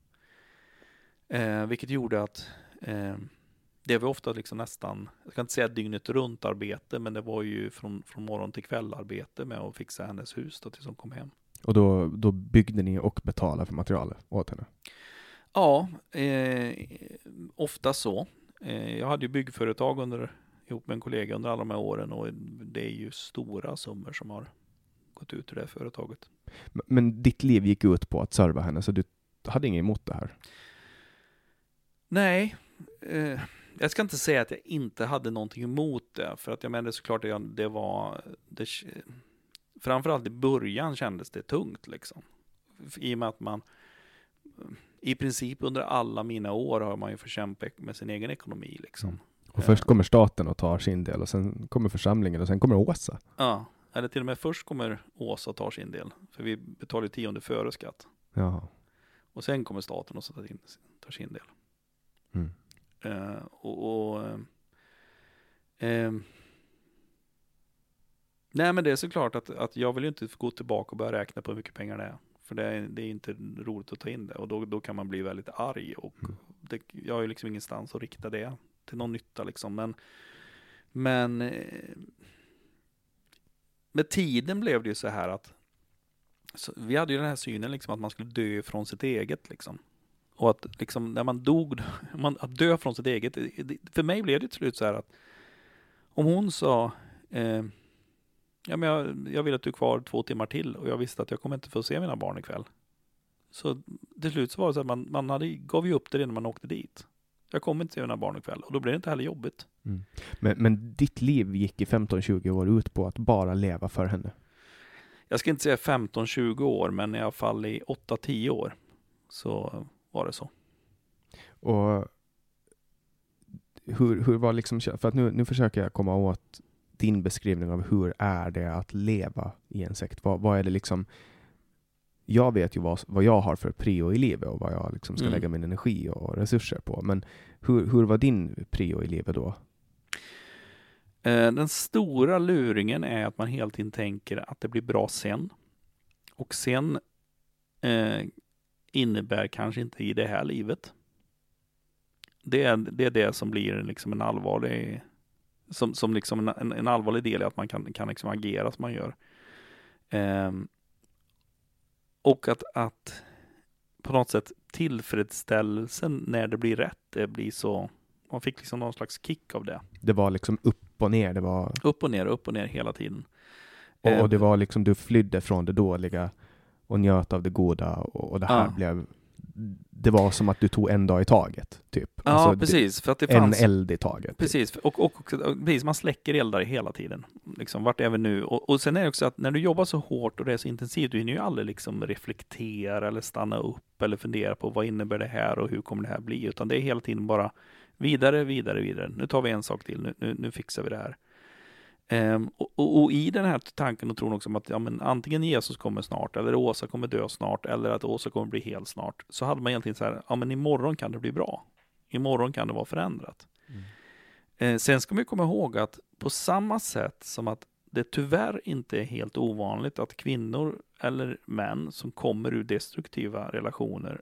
Eh, vilket gjorde att eh, det var ofta liksom nästan, jag kan inte säga dygnet runt arbete, men det var ju från, från morgon till kväll arbete med att fixa hennes hus då tills hon kom hem. Och då, då byggde ni och betalade för materialet åt henne? Ja, eh, ofta så. Eh, jag hade ju byggföretag under, ihop med en kollega under alla de här åren och det är ju stora summor som har gått ut ur det företaget. Men, men ditt liv gick ut på att serva henne så du hade inget emot det här? Nej, eh, jag ska inte säga att jag inte hade någonting emot det. För att jag menar såklart att jag, det var, det, framförallt i början kändes det tungt liksom. I och med att man, i princip under alla mina år har man ju fått kämpa med sin egen ekonomi liksom. Mm. Och först kommer staten och tar sin del och sen kommer församlingen och sen kommer Åsa. Ja, eller till och med först kommer Åsa och tar sin del. För vi betalar ju tionde före skatt. Jaha. Och sen kommer staten och så tar, in, tar sin del. Mm. Uh, och, och uh, uh, nej men det är såklart att, att jag vill ju inte gå tillbaka och börja räkna på hur mycket pengar det är. För det är, det är inte roligt att ta in det. Och då, då kan man bli väldigt arg. Och mm. det, jag har ju liksom ingenstans att rikta det till någon nytta liksom. Men, men uh, med tiden blev det ju så här att så, vi hade ju den här synen liksom att man skulle dö från sitt eget liksom. Och att liksom när man dog, man, att dö från sitt eget, för mig blev det till slut så här att om hon sa eh, ja men jag, jag vill att du är kvar två timmar till och jag visste att jag kommer inte få se mina barn ikväll. Så till slut så var det så att man, man hade, gav ju upp det när man åkte dit. Jag kommer inte se mina barn ikväll och då blev det inte heller jobbigt. Mm. Men, men ditt liv gick i femton tjugo år ut på att bara leva för henne? Jag ska inte säga femton tjugo år, men i alla fall i åtta tio år så var det så. Och hur, hur var liksom, för att nu, nu försöker jag komma åt din beskrivning av hur är det att leva i en sekt. Vad, vad är det liksom, jag vet ju vad, vad jag har för prio i livet och vad jag liksom ska mm. lägga min energi och resurser på. Men hur, hur var din prio i livet då? Den stora luringen är att man hela tiden tänker att det blir bra sen. Och sen eh, innebär kanske inte i det här livet. Det är det, är det som blir liksom en allvarlig som, som liksom en, en, en allvarlig del i att man kan, kan liksom agera som man gör. Um, och att, att på något sätt tillfredsställelsen när det blir rätt, det blir så, man fick liksom någon slags kick av det. Det var liksom upp och ner, det var upp och ner, upp och ner hela tiden. Och, um, och det var liksom, du flydde från det dåliga och njöt av det goda, och, och det här ja. blev, det var som att du tog en dag i taget, typ. Ja, alltså, precis. För att det en fanns, eld i taget. precis. Typ. Och, och, och, och precis, man släcker eldar hela tiden. Liksom, vart är vi nu? Och, och sen är det också att när du jobbar så hårt och det är så intensivt, du hinner ju aldrig liksom reflektera eller stanna upp eller fundera på vad innebär det här och hur kommer det här bli? Utan det är hela tiden bara vidare, vidare, vidare. Nu tar vi en sak till, nu, nu, nu fixar vi det här. Um, och, och, och i den här tanken och tron också om att ja, men antingen Jesus kommer snart, eller Åsa kommer dö snart, eller att Åsa kommer bli helt snart, så hade man egentligen så här, ja men imorgon kan det bli bra. Imorgon kan det vara förändrat. Mm. Uh, sen ska man komma ihåg att på samma sätt som att det tyvärr inte är helt ovanligt att kvinnor eller män som kommer ur destruktiva relationer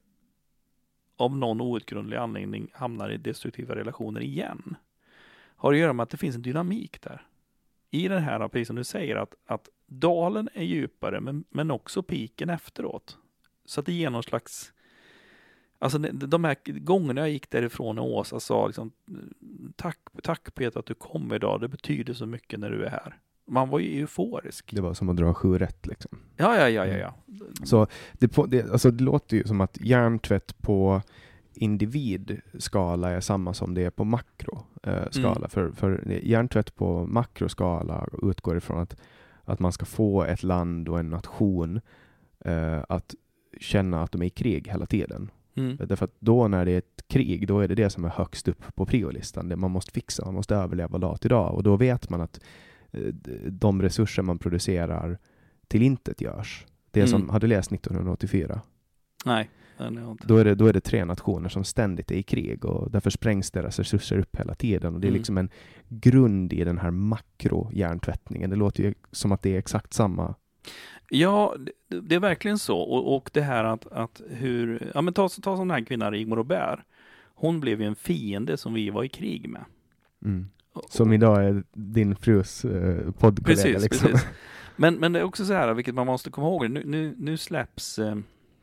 av någon outgrundlig anledning hamnar i destruktiva relationer igen, har att göra med att det finns en dynamik där. I den här, precis som du säger, att, att dalen är djupare, men, men också piken efteråt. Så att det ger någon slags, alltså de här gångerna jag gick därifrån och Åsa sa liksom, tack, tack Peter att du kom idag, det betyder så mycket när du är här. Man var ju euforisk. Det var som att dra sju rätt liksom. Ja, ja, ja, ja. ja. Så det, det, alltså det låter ju som att hjärntvätt på individskala är samma som det är på makroskala. Mm. För, för hjärntvätt på makroskala utgår ifrån att, att man ska få ett land och en nation eh, att känna att de är i krig hela tiden. Mm. Därför att då när det är ett krig, då är det det som är högst upp på priolistan. Det man måste fixa, man måste överleva dag till dag. Och då vet man att eh, de resurser man producerar till intet görs. Det mm. som hade läst nittonhundraåttiofyra. Nej. Då är, det, då är det tre nationer som ständigt är i krig, och därför sprängs deras resurser upp hela tiden. Och det är mm. liksom en grund i den här makro-hjärntvättningen. Det låter ju som att det är exakt samma. Ja, det, det är verkligen så. Och, och det här att, att hur, ja men ta, ta sån här kvinna Rigmor Robert. Hon blev ju en fiende som vi var i krig med. Mm. Som idag är din frus eh, poddkollega. Precis, liksom. precis. Men, men det är också så här, vilket man måste komma ihåg. Nu, nu, nu släpps... Eh,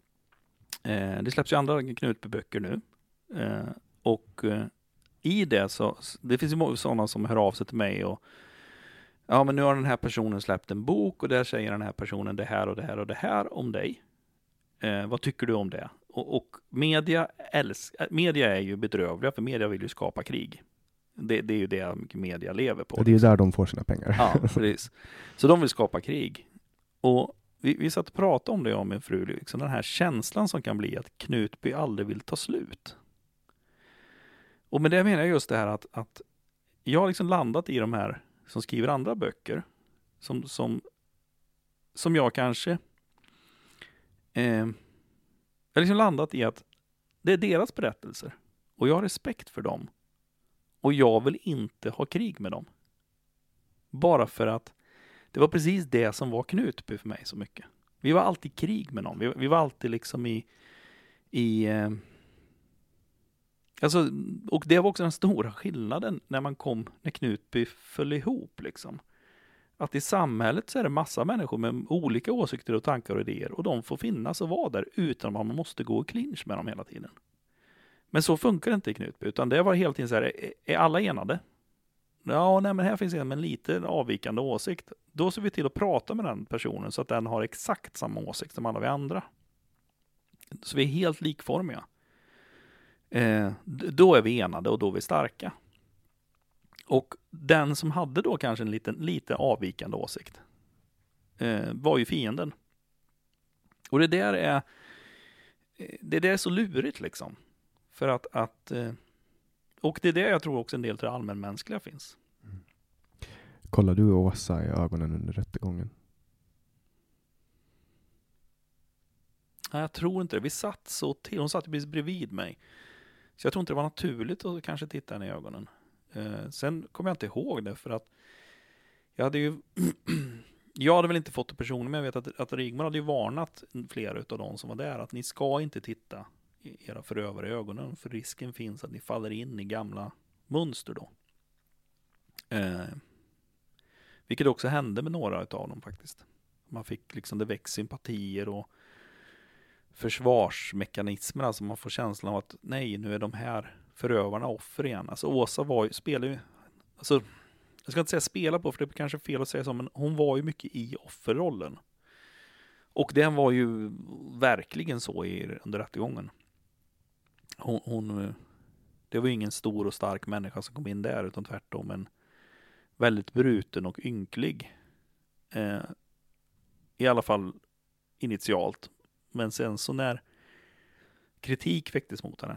Eh, det släpps ju andra Knutby-böcker nu. Eh, och eh, i det så, det finns ju sådana som hör av sig till mig och ja men nu har den här personen släppt en bok och där säger den här personen det här och det här och det här om dig. Eh, vad tycker du om det? Och, och media, älsk, media är ju bedrövliga, för media vill ju skapa krig. Det, det är ju det media lever på. Och det är ju där de får sina pengar. Ja, precis. Så de vill skapa krig. Och Vi, vi satt och pratade om det om min fru, liksom den här känslan som kan bli att Knutby aldrig vill ta slut. Och med det menar jag just det här att, att jag har liksom landat i de här som skriver andra böcker som, som, som jag kanske eh, jag har liksom landat i att det är deras berättelser och jag har respekt för dem och jag vill inte ha krig med dem. Bara för att det var precis det som var Knutby för mig så mycket. Vi var alltid i krig med någon. Vi, vi var alltid liksom i... i eh, alltså, och det var också den stora skillnaden när man kom, när Knutby föll ihop. Liksom. Att i samhället så är det massa människor med olika åsikter och tankar och idéer. Och de får finnas och vara där utan att man måste gå i clinch med dem hela tiden. Men så funkar det inte i Knutby. Utan det var helt enkelt så här, är, är alla enade? Ja, nej, men här finns en med en lite avvikande åsikt. Då ser vi till att prata med den personen så att den har exakt samma åsikt som alla vi andra. Så vi är helt likformiga. Eh, då är vi enade och då är vi starka. Och den som hade då kanske en liten, lite avvikande åsikt eh, var ju fienden. Och det där är det där är så lurigt liksom. För att, att eh, och det är det jag tror också en del till det allmänmänskliga finns. Mm. Kollar du Åsa i ögonen under rättegången? Nej, jag tror inte det. Vi satt så till. Hon satt precis bredvid mig. Så jag tror inte det var naturligt att kanske titta henne i ögonen. Eh, sen kommer jag inte ihåg det för att jag hade ju jag hade väl inte fått det personligen, men jag vet att, att Rigmor hade ju varnat flera utav de som var där att ni ska inte titta era förövare i ögonen. För risken finns att ni faller in i gamla mönster då. Eh, vilket också hände med några av dem faktiskt. Man fick liksom, det väcks sympatier och försvarsmekanismer. Alltså man får känslan av att nej, nu är de här förövarna offer igen. Alltså Åsa var ju, spelade ju, alltså jag ska inte säga spela på, för det är kanske fel att säga så, men hon var ju mycket i offerrollen. Och den var ju verkligen så i, under rättegången. Hon, hon, det var ju ingen stor och stark människa som kom in där, utan tvärtom en väldigt bruten och ynklig. Eh, I alla fall initialt. Men sen så när kritik väcktes mot henne.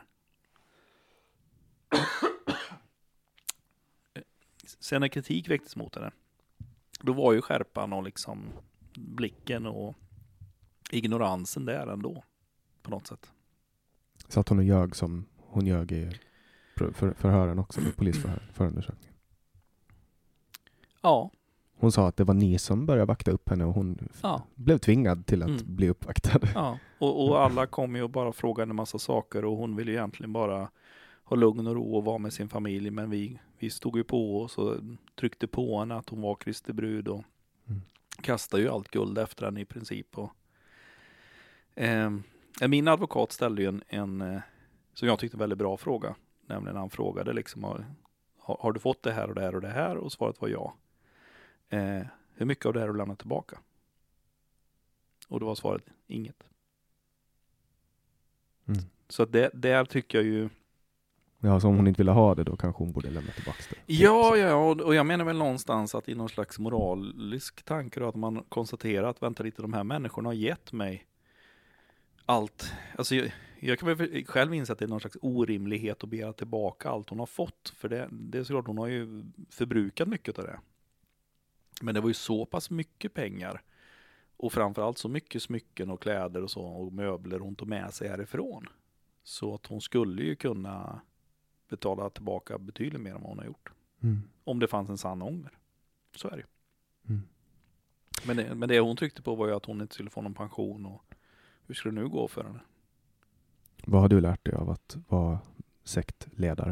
Sen när kritik väcktes mot henne, då var ju skärpan och liksom blicken och ignoransen där ändå på något sätt. Så att hon ljög som hon ljög i för, för, förhören också, i polisförundersökningen. Ja. Hon sa att det var ni som började vakta upp henne och hon ja. blev tvingad till att mm. bli uppvaktad. Ja, och, och alla kom ju och bara frågade en massa saker och hon ville ju egentligen bara ha lugn och ro och vara med sin familj, men vi, vi stod ju på oss och tryckte på henne att hon var Kristi brud och mm. kastade ju allt guld efter henne i princip. Och, eh, min advokat ställde ju en, en eh, som jag tyckte väldigt bra fråga, nämligen han frågade liksom, har, har du fått det här och det här och det här? Och svaret var ja. Eh, hur mycket av det här har du lämnat tillbaka? Och då var svaret inget. Mm. Så det, där tycker jag ju... Ja, så om hon inte ville ha det, då kanske hon borde lämna tillbaka det. Ja, ja, och jag menar väl någonstans att i någon slags moralisk tanke då, att man konstaterar att vänta lite, de här människorna har gett mig allt. Alltså jag, jag kan väl själv inse att det är någon slags orimlighet att begära tillbaka allt hon har fått. För det, det är såklart, hon har ju förbrukat mycket av det. Men det var ju så pass mycket pengar och framförallt så mycket smycken och kläder och så och möbler hon tog med sig härifrån. Så att hon skulle ju kunna betala tillbaka betydligt mer än vad hon har gjort. Mm. Om det fanns en sann ånger. Så är det. Mm. Men, det, men det hon tryckte på var ju att hon inte skulle få någon pension och hur skulle det nu gå för henne? Vad har du lärt dig av att vara sektledare?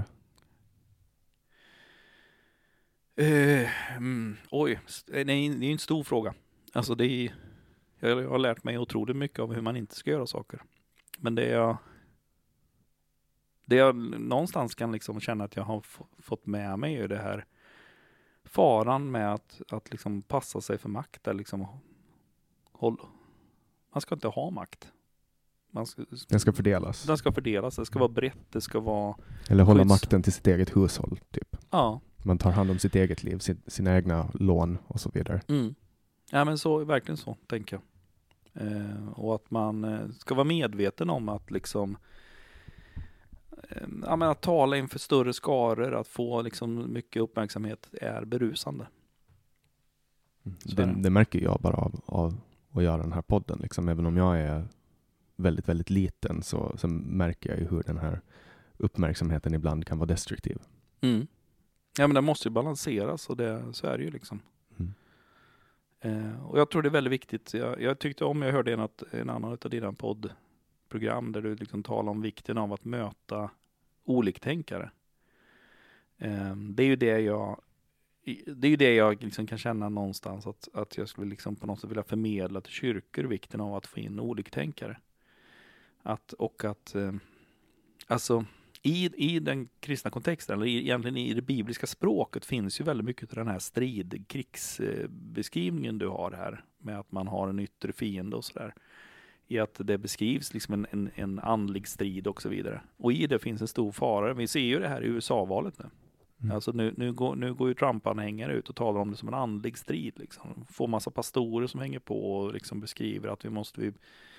Uh, mm, oj, nej, det är ju en stor fråga. Alltså det är, jag har lärt mig otroligt mycket av hur man inte ska göra saker. Men det jag, det jag någonstans kan liksom känna att jag har f- fått med mig är det här faran med att, att liksom passa sig för makt. Där liksom, håll, man ska inte ha makt. Man ska, den ska fördelas. Den ska fördelas, det ska vara brett, det ska vara... Eller hålla skydds... makten till sitt eget hushåll, typ. Ja. Man tar hand om sitt eget liv, sin, sina egna lån och så vidare. Mm. Ja, men så, verkligen så, tänker jag. Eh, och att man eh, ska vara medveten om att liksom eh, ja, men att tala inför större skaror, att få liksom mycket uppmärksamhet är berusande. Mm. Det, det märker jag bara av, av att göra den här podden. Liksom. Även om jag är väldigt, väldigt liten så, så märker jag ju hur den här uppmärksamheten ibland kan vara destruktiv. Mm. Ja, men det måste ju balanseras och det, så är det ju liksom. Mm. Eh, och jag tror det är väldigt viktigt. Jag, jag tyckte om, jag hörde en, att, en annan av dina poddprogram där du liksom talar om vikten av att möta oliktänkare. Eh, det är ju det jag det är ju det jag liksom kan känna någonstans att, att jag skulle liksom på något sätt vilja förmedla till kyrkor vikten av att få in oliktänkare. Att, och att eh, alltså I, I den kristna kontexten, eller i, egentligen i det bibliska språket, finns ju väldigt mycket av den här strid, krigsbeskrivningen du har här. Med att man har en yttre fiende och sådär. I att det beskrivs liksom en, en, en andlig strid och så vidare. Och i det finns en stor fara. Vi ser ju det här i U S A-valet nu. Mm. Alltså nu, nu, går, nu går ju Trump-anhängare ut och talar om det som en andlig strid. Liksom. Får massa pastorer som hänger på och liksom beskriver att vi måste... Vi,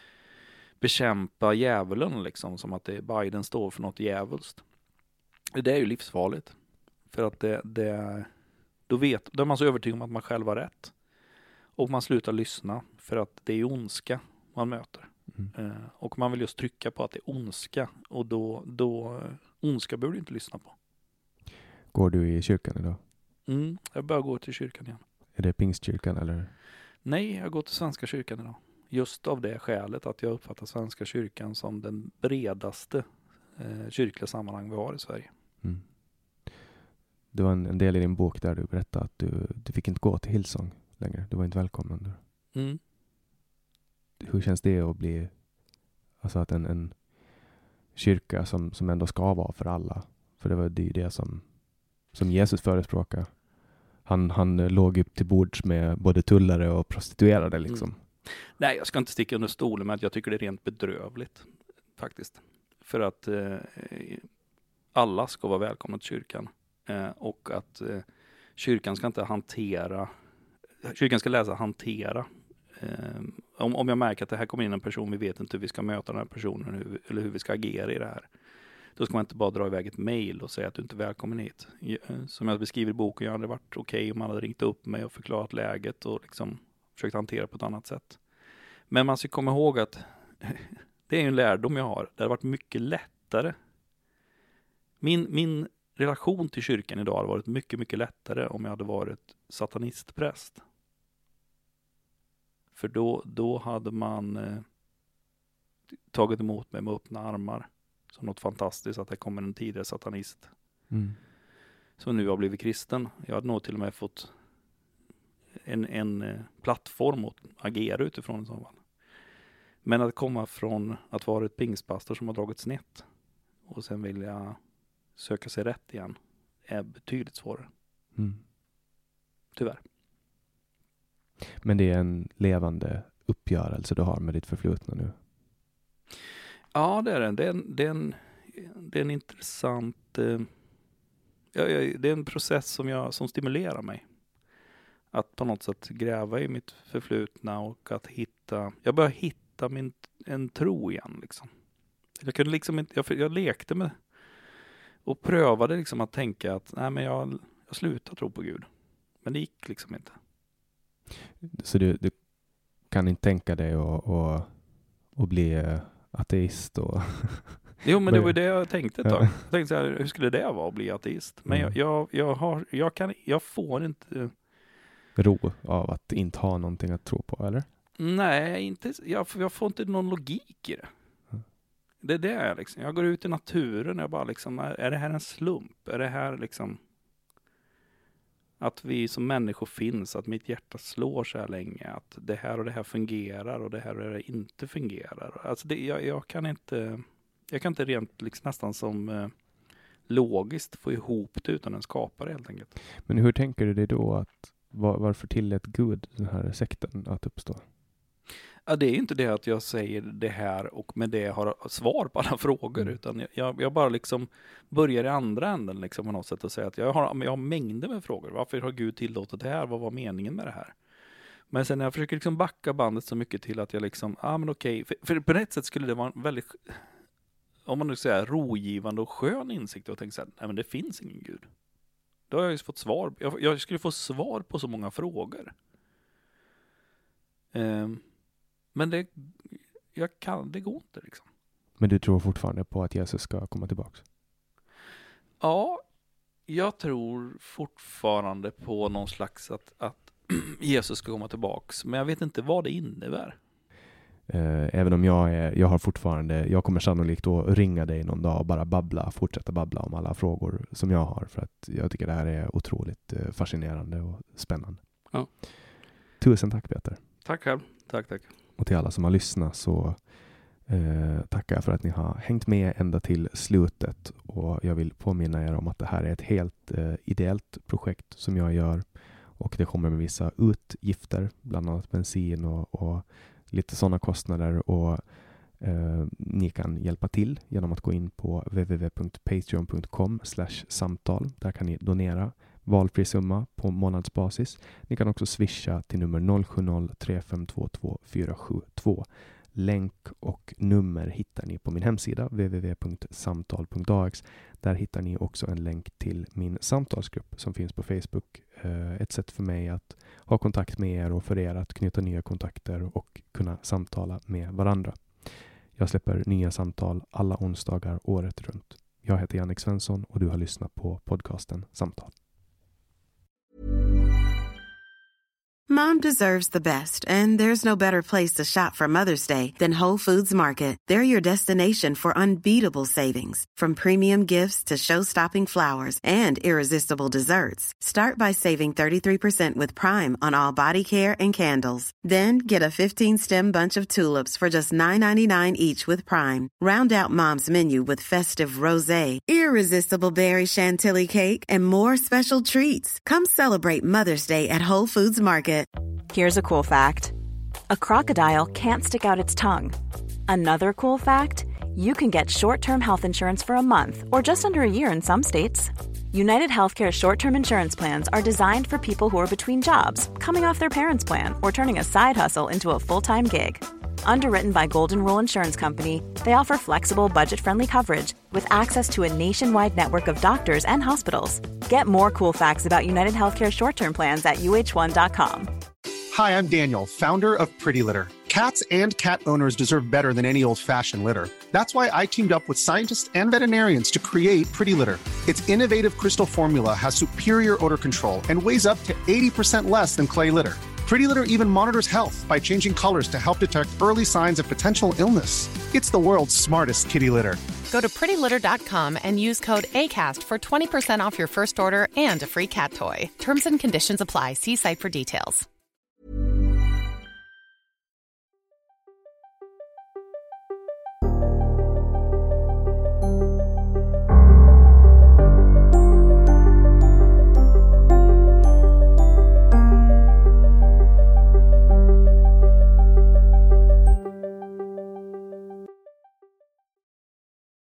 bekämpa djävulen liksom, som att det Biden står för något djävulskt. Det är ju livsfarligt. För att det, det då vet, då är man så övertygad om att man själv har rätt. Och man slutar lyssna för att det är ondska man möter. Mm. Eh, och man vill just trycka på att det är ondska. Och då, då ondska behöver du inte lyssna på. Går du i kyrkan idag? Mm, jag börjar gå till kyrkan igen. Är det Pingstkyrkan eller? Nej, jag går till Svenska kyrkan idag. Just av det skälet att jag uppfattar Svenska kyrkan som den bredaste eh, kyrkliga sammanhang vi har i Sverige. Mm. Det var en, en del i din bok där du berättade att du, du fick inte gå till Hillsong längre. Du var inte välkommen. Mm. Hur känns det att bli, alltså att en, en kyrka som, som ändå ska vara för alla, för det var det, det som, som Jesus förespråkade. Han, han låg upp till bords med både tullare och prostituerade liksom. Mm. Nej, jag ska inte sticka under stolen med att jag tycker det är rent bedrövligt faktiskt. För att eh, alla ska vara välkomna till kyrkan. Eh, och att eh, kyrkan ska inte hantera, kyrkan ska läsa hantera. Eh, om, om jag märker att det här kommer in en person, vi vet inte hur vi ska möta den här personen hur, eller hur vi ska agera i det här. Då ska man inte bara dra iväg ett mejl och säga att du inte är välkommen hit. Som jag beskriver i boken, jag hade varit okej okay om man hade ringt upp mig och förklarat läget och liksom försökt hantera på ett annat sätt. Men man ska komma ihåg att det är en lärdom jag har. Det har varit mycket lättare. Min, min relation till kyrkan idag har varit mycket, mycket lättare om jag hade varit satanistpräst. För då, då hade man eh, tagit emot mig med öppna armar. Som något fantastiskt att det kommer en tidigare satanist. Mm. Som nu har blivit kristen. Jag hade nog till och med fått en, en eh, plattform att agera utifrån en sån fall. Men att komma från att vara ett pingstpastor som har dragit snett och sen vilja söka sig rätt igen är betydligt svårare. Mm. Tyvärr. Men det är en levande uppgörelse du har med ditt förflutna nu. Ja, det är det. Det är en, det är en, det är en intressant... Eh, ja, ja, det är en process som, jag, som stimulerar mig. Att på något sätt gräva i mitt förflutna och att hitta... Jag börjar hitta min, en tro igen. Liksom. Jag, kunde liksom inte, jag, jag lekte med och prövade liksom att tänka att nej, men jag, jag slutar tro på Gud. Men det gick liksom inte. Så du, du kan inte tänka dig att och, och bli ateist? Och jo, men det var ju det jag tänkte ett tag. Ja. Jag tänkte så här, hur skulle det vara att bli ateist? Men Mm. jag, jag, jag, har, jag, kan, jag får inte... ro av att inte ha någonting att tro på, eller? Nej, inte, jag, jag får inte någon logik i det. Mm. Det är det liksom. Jag går ut i naturen och jag bara liksom, är, är det här en slump? Är det här liksom att vi som människor finns, att mitt hjärta slår så här länge, att det här och det här fungerar och det här och det här inte fungerar. Alltså det, jag, jag kan inte, jag kan inte rent liksom nästan som eh, logiskt få ihop det utan en skapare helt enkelt. Men hur tänker du dig då att var, varför tillät Gud den här sekten att uppstå? Ja, det är inte det att jag säger det här och med det har svar på alla frågor, Mm. utan jag, jag bara liksom börjar i andra änden liksom på något sätt och säger att jag har, jag har mängder med frågor. Varför har Gud tillåtit det här? Vad var meningen med det här? Men sen när jag försöker liksom backa bandet så mycket till att jag liksom, ja ah, men okej, för, för på ett sätt skulle det vara en väldigt, om man nu säger rogivande och skön insikt och tänka så här, nej men det finns ingen Gud. Då har jag ju fått svar, jag, jag skulle få svar på så många frågor. Um, Men det, jag kan, det går inte liksom. Men du tror fortfarande på att Jesus ska komma tillbaka? Ja, jag tror fortfarande på någon slags att, att Jesus ska komma tillbaks. Men jag vet inte vad det innebär. Eh, även om jag är, jag har fortfarande, jag kommer sannolikt att ringa dig någon dag och bara babbla, fortsätta babbla om alla frågor som jag har. För att jag tycker det här är otroligt eh, fascinerande och spännande. Ja. Tusen tack Peter. Tack själv. Tack, tack. Och till alla som har lyssnat så eh, tackar jag för att ni har hängt med ända till slutet. Och jag vill påminna er om att det här är ett helt eh, ideellt projekt som jag gör. Och det kommer med vissa utgifter, bland annat bensin och, och lite sådana kostnader. Och eh, ni kan hjälpa till genom att gå in på w w w punkt patreon punkt com slash samtal. Där kan ni donera valfri summa på månadsbasis. Ni kan också swisha till nummer noll sju noll tre fem två två fyra sju två. Länk och nummer hittar ni på min hemsida w w w punkt samtal punkt a x. Där hittar ni också en länk till min samtalsgrupp som finns på Facebook. Ett sätt för mig att ha kontakt med er och för er att knyta nya kontakter och kunna samtala med varandra. Jag släpper nya samtal alla onsdagar året runt. Jag heter Jannik Svensson och du har lyssnat på podcasten Samtal. Mom deserves the best, and there's no better place to shop for Mother's Day than Whole Foods Market. They're your destination for unbeatable savings, from premium gifts to show-stopping flowers and irresistible desserts. Start by saving thirty-three percent with Prime on all body care and candles. Then get a fifteen-stem bunch of tulips for just nine ninety-nine each with Prime. Round out Mom's menu with festive rosé, irresistible berry chantilly cake, and more special treats. Come celebrate Mother's Day at Whole Foods Market. Here's a cool fact. A crocodile can't stick out its tongue. Another cool fact, you can get short-term health insurance for a month or just under a year in some states. United Healthcare short-term insurance plans are designed for people who are between jobs, coming off their parents' plan, or turning a side hustle into a full-time gig. Underwritten by Golden Rule Insurance Company, they offer flexible, budget-friendly coverage with access to a nationwide network of doctors and hospitals. Get more cool facts about United Healthcare short-term plans at U H one dot com. Hi, I'm Daniel, founder of Pretty Litter. Cats and cat owners deserve better than any old-fashioned litter. That's why I teamed up with scientists and veterinarians to create Pretty Litter. Its innovative crystal formula has superior odor control and weighs up to eighty percent less than clay litter. Pretty Litter even monitors health by changing colors to help detect early signs of potential illness. It's the world's smartest kitty litter. Go to pretty litter dot com and use code ACAST for twenty percent off your first order and a free cat toy. Terms and conditions apply. See site for details.